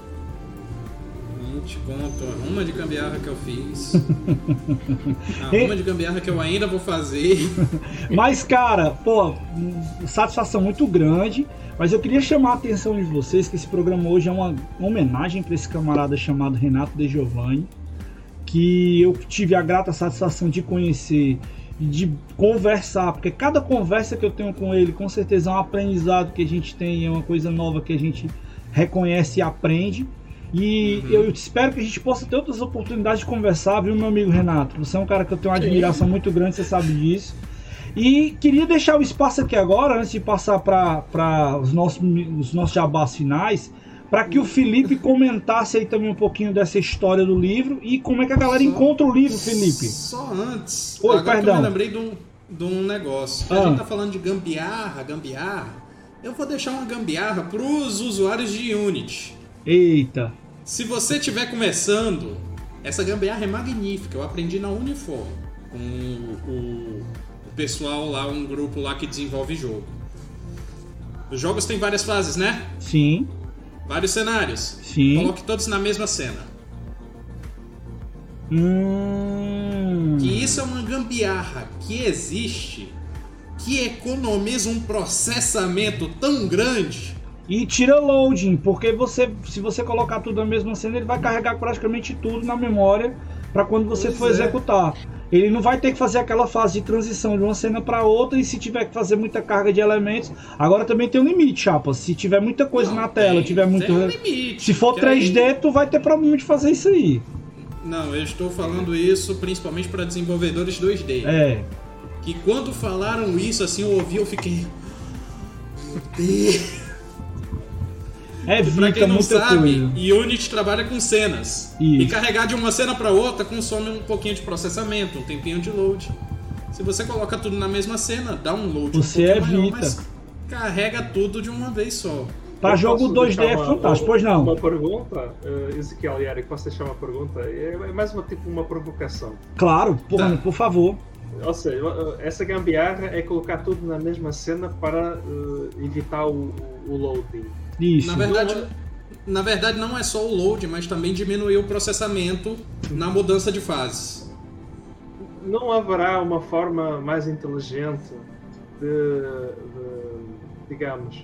Te conto uma de gambiarra que eu fiz. Uma de gambiarra que eu ainda vou fazer. Mas, cara, satisfação muito grande. Mas eu queria chamar a atenção de vocês que esse programa hoje é uma homenagem para esse camarada chamado Renato De Giovanni, que eu tive a grata satisfação de conhecer e de conversar, porque cada conversa que eu tenho com ele, com certeza é um aprendizado que a gente tem, é uma coisa nova que a gente reconhece e aprende. E eu espero que a gente possa ter outras oportunidades de conversar, viu, meu amigo Renato? Você é um cara que eu tenho uma admiração muito grande, você sabe disso. E queria deixar o espaço aqui agora, antes de passar para os nossos jabás finais, para que o Felipe comentasse aí também um pouquinho dessa história do livro e como é que a galera encontra o livro, Felipe. Só antes, Oi, agora perdão. que eu me lembrei de um negócio. A gente tá falando de gambiarra. Eu vou deixar uma gambiarra para os usuários de Unity. Eita. Se você estiver começando, essa gambiarra é magnífica. Eu aprendi na Unifor com o pessoal lá, um grupo lá que desenvolve jogo. Os jogos têm várias fases, né? Sim. Vários cenários. Sim. Coloque todos na mesma cena. Que isso é uma gambiarra que existe, que economiza um processamento tão grande. E tira loading, porque se você colocar tudo na mesma cena, ele vai carregar praticamente tudo na memória para quando você for executar. Ele não vai ter que fazer aquela fase de transição de uma cena para outra, e se tiver que fazer muita carga de elementos, agora também tem um limite, chapa. Se tiver muita coisa na tela, tiver muito. Tem um limite, se for 3D, aí... tu vai ter problema de fazer isso aí. Não, eu estou falando isso principalmente para desenvolvedores 2D. Que quando falaram isso, assim, eu ouvi, eu fiquei. Meu Deus. Pra quem não sabe, Unity trabalha com cenas. Isso. E carregar de uma cena para outra consome um pouquinho de processamento, um tempinho de load. Se você coloca tudo na mesma cena, dá um load você um pouquinho maior, mas carrega tudo de uma vez só. Para jogo 2D é fantástico, pois não? Uma pergunta, Ezequiel e Eric, posso deixar uma pergunta? É mais uma provocação. Claro, por favor. Ou seja, essa gambiarra é colocar tudo na mesma cena para evitar o loading. Isso. Na verdade, não é só o load, mas também diminuir o processamento na mudança de fases. Não haverá uma forma mais inteligente de digamos,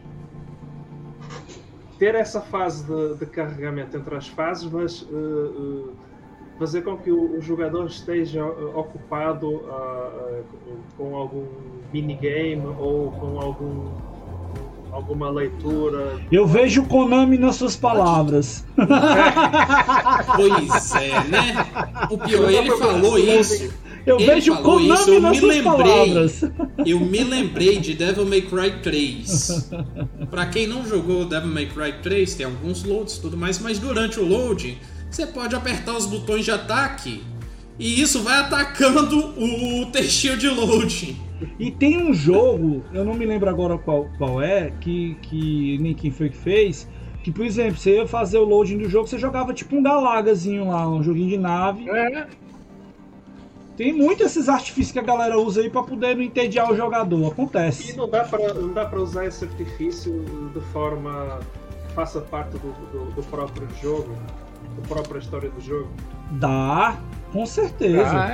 ter essa fase de carregamento entre as fases, mas fazer com que o jogador esteja ocupado com algum minigame ou com alguma leitura. Eu vejo o Konami nas suas palavras. Pois é, né? O pior, ele falou isso. Eu vejo o Konami nas suas palavras. Eu me lembrei de Devil May Cry 3. Pra quem não jogou Devil May Cry 3, tem alguns loads e tudo mais, mas durante o load, você pode apertar os botões de ataque e isso vai atacando o textinho de load. E tem um jogo, eu não me lembro agora qual é, que nem quem foi que fez, que, por exemplo, você ia fazer o loading do jogo, você jogava tipo um Galagazinho lá, um joguinho de nave. Tem muito esses artifícios que a galera usa aí pra poder não entediar o jogador, acontece. E não dá pra usar esse artifício de forma que faça parte do próprio jogo, da própria história do jogo? Dá, com certeza.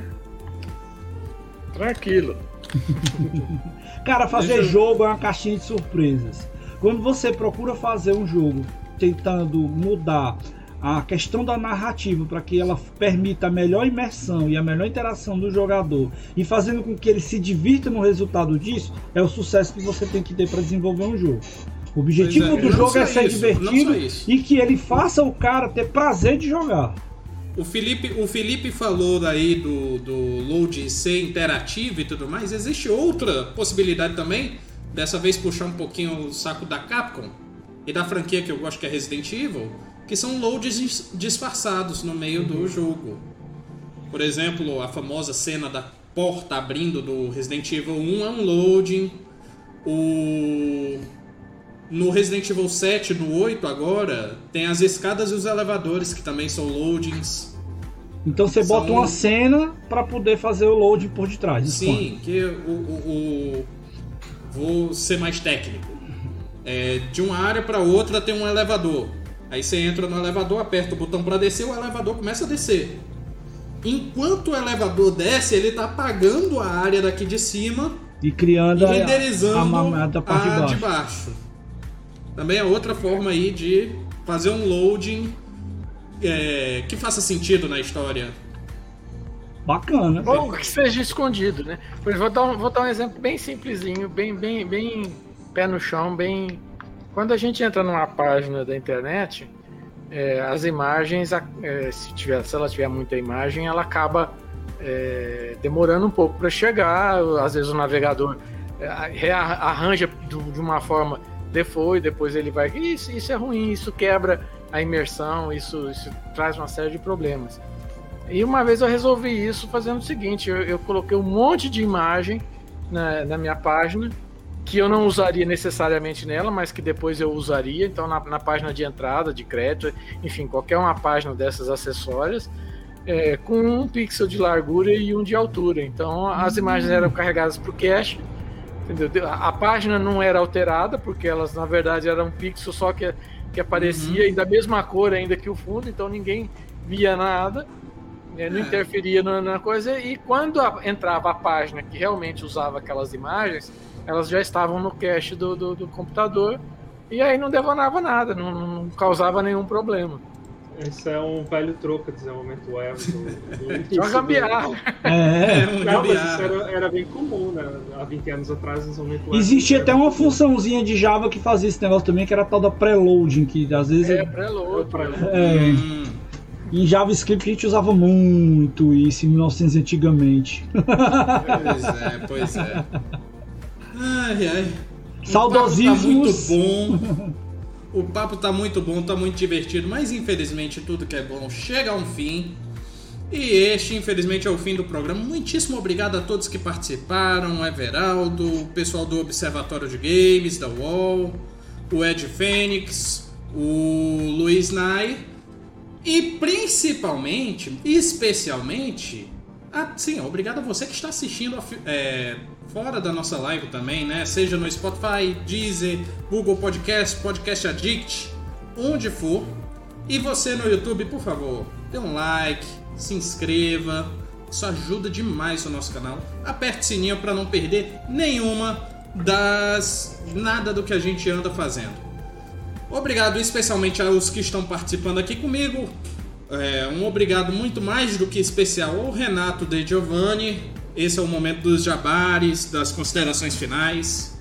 Tranquilo. Cara, fazer jogo é uma caixinha de surpresas. Quando você procura fazer um jogo tentando mudar a questão da narrativa para que ela permita a melhor imersão e a melhor interação do jogador e fazendo com que ele se divirta no resultado disso, é o sucesso que você tem que ter para desenvolver um jogo. O objetivo do jogo é ser divertido e que ele faça o cara ter prazer de jogar. O Felipe falou daí do load ser interativo e tudo mais. Existe outra possibilidade também, dessa vez puxar um pouquinho o saco da Capcom e da franquia que eu gosto, que é Resident Evil, que são loads disfarçados no meio do jogo. Por exemplo, a famosa cena da porta abrindo do Resident Evil 1 é um loading. No Resident Evil 7, no 8 agora, tem as escadas e os elevadores, que também são loadings. Então você bota uma cena para poder fazer o loading por detrás. Sim, que vou ser mais técnico. De uma área para outra tem um elevador. Aí você entra no elevador, aperta o botão para descer, o elevador começa a descer. Enquanto o elevador desce, ele tá apagando a área daqui de cima e criando e renderizando a parte de baixo. Também é outra forma aí de fazer um loading que faça sentido na história. Bacana. Ou que seja escondido, né? Vou dar um exemplo bem simplesinho, bem pé no chão, bem... Quando a gente entra numa página da internet, as imagens, se ela tiver muita imagem, ela acaba demorando um pouco para chegar. Às vezes o navegador arranja de uma forma depois ele vai... Isso é ruim, isso quebra a imersão, isso traz uma série de problemas. E uma vez eu resolvi isso fazendo o seguinte, eu coloquei um monte de imagem na minha página, que eu não usaria necessariamente nela, mas que depois eu usaria. Então na página de entrada, de crédito, enfim, qualquer uma página dessas acessórias, com 1 pixel de largura e 1 de altura. Então as imagens eram carregadas para o cache, entendeu? A página não era alterada, porque elas na verdade eram um pixel só que aparecia, e da mesma cor ainda que o fundo, então ninguém via nada, não interferia na coisa. E quando entrava a página que realmente usava aquelas imagens, elas já estavam no cache do computador, e aí não devanava nada, não causava nenhum problema. Isso é um velho troco, desenvolvimento web. Só gambiarra. Não, mas isso era bem comum, né? Há 20 anos atrás, desenvolvimento web. Existia até uma funçãozinha de Java que fazia esse negócio também, que era a tal da preloading, que às vezes... Em JavaScript a gente usava muito isso em 1900 antigamente. Pois é. Ai. Saudosismos. O papo tá muito bom, tá muito divertido, mas infelizmente tudo que é bom chega a um fim. E este, infelizmente, é o fim do programa. Muitíssimo obrigado a todos que participaram, o Everaldo, o pessoal do Observatório de Games, da UOL, o Ed Fênix, o Luiz Nai e principalmente, especialmente, Sim, obrigado a você que está assistindo fora da nossa live também, né? Seja no Spotify, Deezer, Google Podcast, Podcast Addict, onde for. E você no YouTube, por favor, dê um like, se inscreva. Isso ajuda demais o nosso canal. Aperte o sininho para não perder nada do que a gente anda fazendo. Obrigado especialmente aos que estão participando aqui comigo. Um obrigado muito mais do que especial ao Renato De Giovanni. Esse é o momento dos jabares, das considerações finais.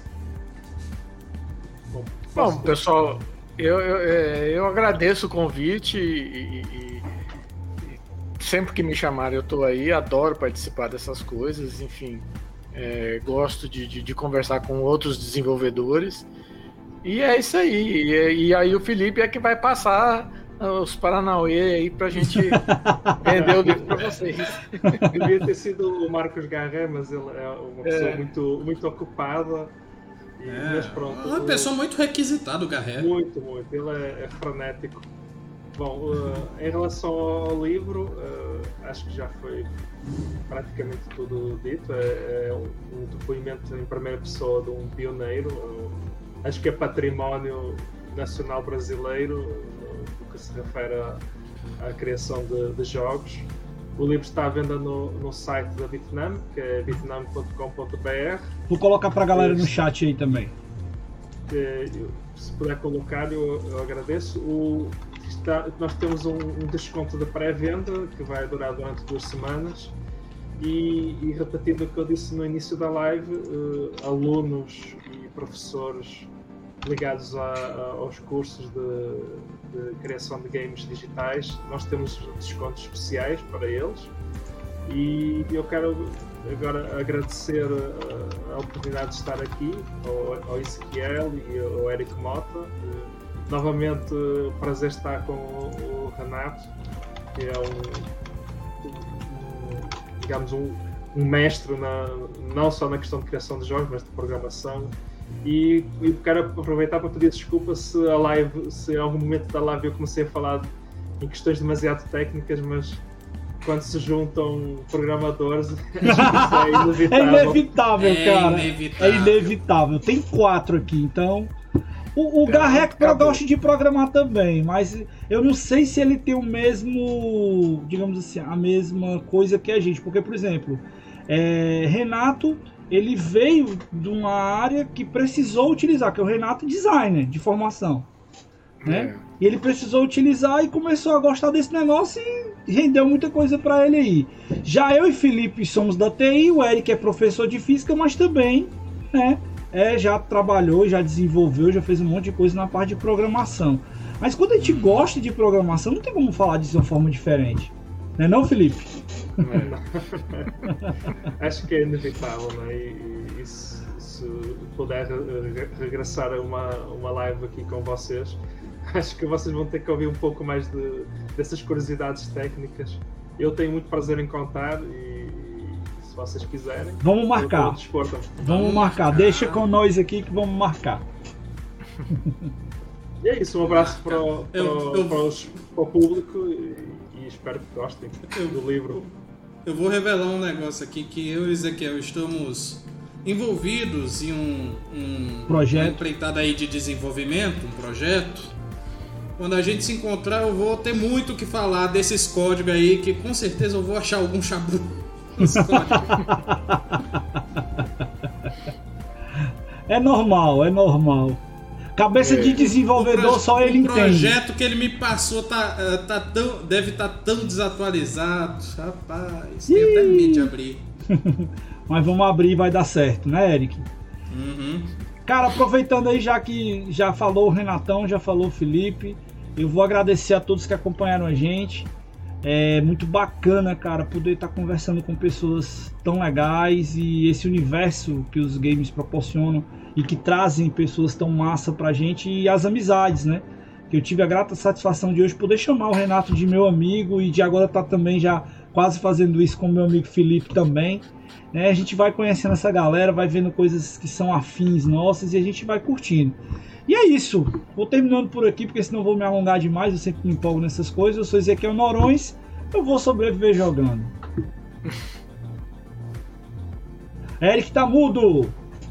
Bom, pessoal, eu agradeço o convite e sempre que me chamarem eu estou aí, adoro participar dessas coisas, enfim, gosto de conversar com outros desenvolvedores e é isso aí, e aí o Felipe é que vai passar os Paranauê aí pra gente vender o livro pra vocês. Devia ter sido o Marcos Garré, mas ele é uma pessoa muito, muito ocupada. Mas pronto, uma pessoa muito requisitada, o Garré. Muito, ele é frenético. Bom, em relação ao livro, acho que já foi praticamente tudo dito. É um depoimento em primeira pessoa de um pioneiro. Acho que é património nacional brasileiro no que se refere à criação de jogos. O livro está à venda no site da Bitnam, que é bitnam.com.br. Vou colocar para a galera no chat aí também. Se puder colocar, eu agradeço. Nós temos um desconto de pré-venda que vai durar durante 2 semanas. E repetindo o que eu disse no início da live, alunos e professores ligados aos cursos de criação de games digitais, nós temos descontos especiais para eles e eu quero agora agradecer a oportunidade de estar aqui ao Ezequiel e ao Eric Mota. Novamente, prazer estar com o Renato, que é digamos um mestre não só na questão de criação de jogos, mas de programação. E quero aproveitar para pedir desculpa se em algum momento da live eu comecei a falar em questões demasiado técnicas, mas quando se juntam programadores é inevitável. É inevitável, cara. É inevitável. Tem 4 aqui, então... O Garrec gosta de programar também, mas eu não sei se ele tem o mesmo, digamos assim, a mesma coisa que a gente. Porque, por exemplo, Renato... ele veio de uma área que precisou utilizar, que é o Renato designer de formação, né? E ele precisou utilizar e começou a gostar desse negócio e rendeu muita coisa para ele aí. Já eu e Felipe somos da TI, o Eric é professor de física, mas também, né, já trabalhou, já desenvolveu, já fez um monte de coisa na parte de programação. Mas quando a gente gosta de programação, não tem como falar disso de uma forma diferente. Não é não, Felipe? Acho que é inevitável, né? E se puder regressar a uma live aqui com vocês, acho que vocês vão ter que ouvir um pouco mais dessas curiosidades técnicas. Eu tenho muito prazer em contar e se vocês quiserem, vamos marcar. Vamos marcar. Deixa com nós aqui que vamos marcar. E é isso, um abraço para o público e espero que gostem do livro. Eu vou revelar um negócio aqui, que eu e Ezequiel estamos envolvidos em um projeto, uma empreitada aí de desenvolvimento, um projeto. Quando a gente se encontrar, eu vou ter muito o que falar desses códigos aí, que com certeza eu vou achar algum chabu nos códigos. É normal. Cabeça de desenvolvedor só ele entende. O projeto que ele me passou deve estar tão desatualizado. Rapaz, tem até medo de abrir. Mas vamos abrir e vai dar certo, né, Eric? Uhum. Cara, aproveitando aí, já que já falou o Renatão, já falou o Felipe, eu vou agradecer a todos que acompanharam a gente. É muito bacana, cara, poder estar conversando com pessoas tão legais e esse universo que os games proporcionam e que trazem pessoas tão massa pra gente, e as amizades, né? Que eu tive a grata satisfação de hoje poder chamar o Renato de meu amigo e de agora estar também já quase fazendo isso com o meu amigo Felipe também, né? A gente vai conhecendo essa galera, vai vendo coisas que são afins nossas e a gente vai curtindo. E é isso, vou terminando por aqui, porque senão vou me alongar demais, eu sempre me empolgo nessas coisas. Eu sou Ezequiel Norões, eu vou sobreviver jogando. Eric tá mudo!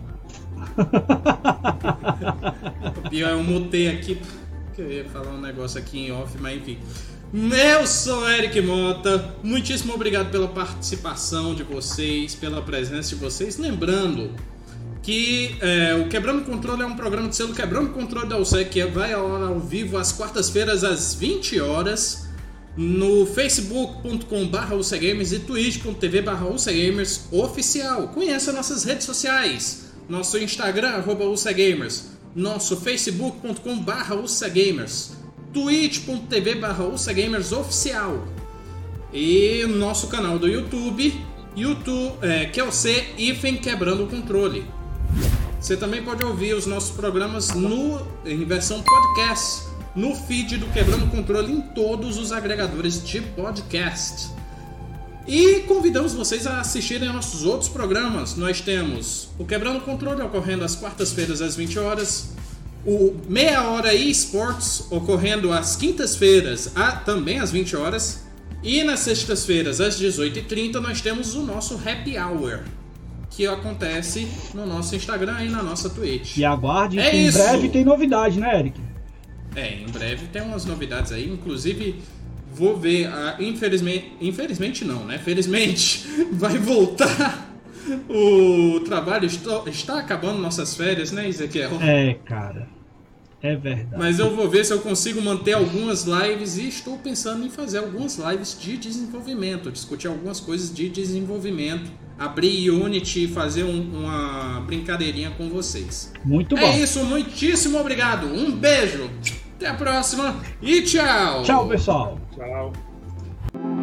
O pior, eu mutei aqui, porque eu ia falar um negócio aqui em off, mas enfim. Eu sou Eric Mota, muitíssimo obrigado pela participação de vocês, pela presença de vocês. Lembrando que o Quebrando Controle é um programa de selo Quebrando Controle da UCE, que vai ao vivo às quartas-feiras às 20 horas no facebook.com/UCGamers e twitch.tv/UCGamers oficial. Conheça nossas redes sociais, nosso Instagram @UCGamers, nosso facebook.com/UCGamers, twitch.tv/UCGamers oficial e nosso canal do YouTube, que é o Quebrando o Controle. Você também pode ouvir os nossos programas em versão podcast no feed do Quebrando o Controle em todos os agregadores de podcast. E convidamos vocês a assistirem a nossos outros programas. Nós temos o Quebrando o Controle ocorrendo às quartas-feiras às 20 horas, o Meia Hora eSports ocorrendo às quintas-feiras também às 20 horas, e nas sextas-feiras às 18h30 nós temos o nosso Happy Hour, que acontece no nosso Instagram e na nossa Twitch. E aguarde, que em breve tem novidade, né, Eric? Em breve tem umas novidades aí, inclusive vou ver, infelizmente não, né? Felizmente vai voltar o trabalho, está acabando nossas férias, né, Ezequiel? Cara, é verdade. Mas eu vou ver se eu consigo manter algumas lives e estou pensando em fazer algumas lives de desenvolvimento, discutir algumas coisas de desenvolvimento, abrir Unity e fazer uma brincadeirinha com vocês. Muito bom. É isso, muitíssimo obrigado. Um beijo, até a próxima e tchau. Tchau, pessoal. Tchau.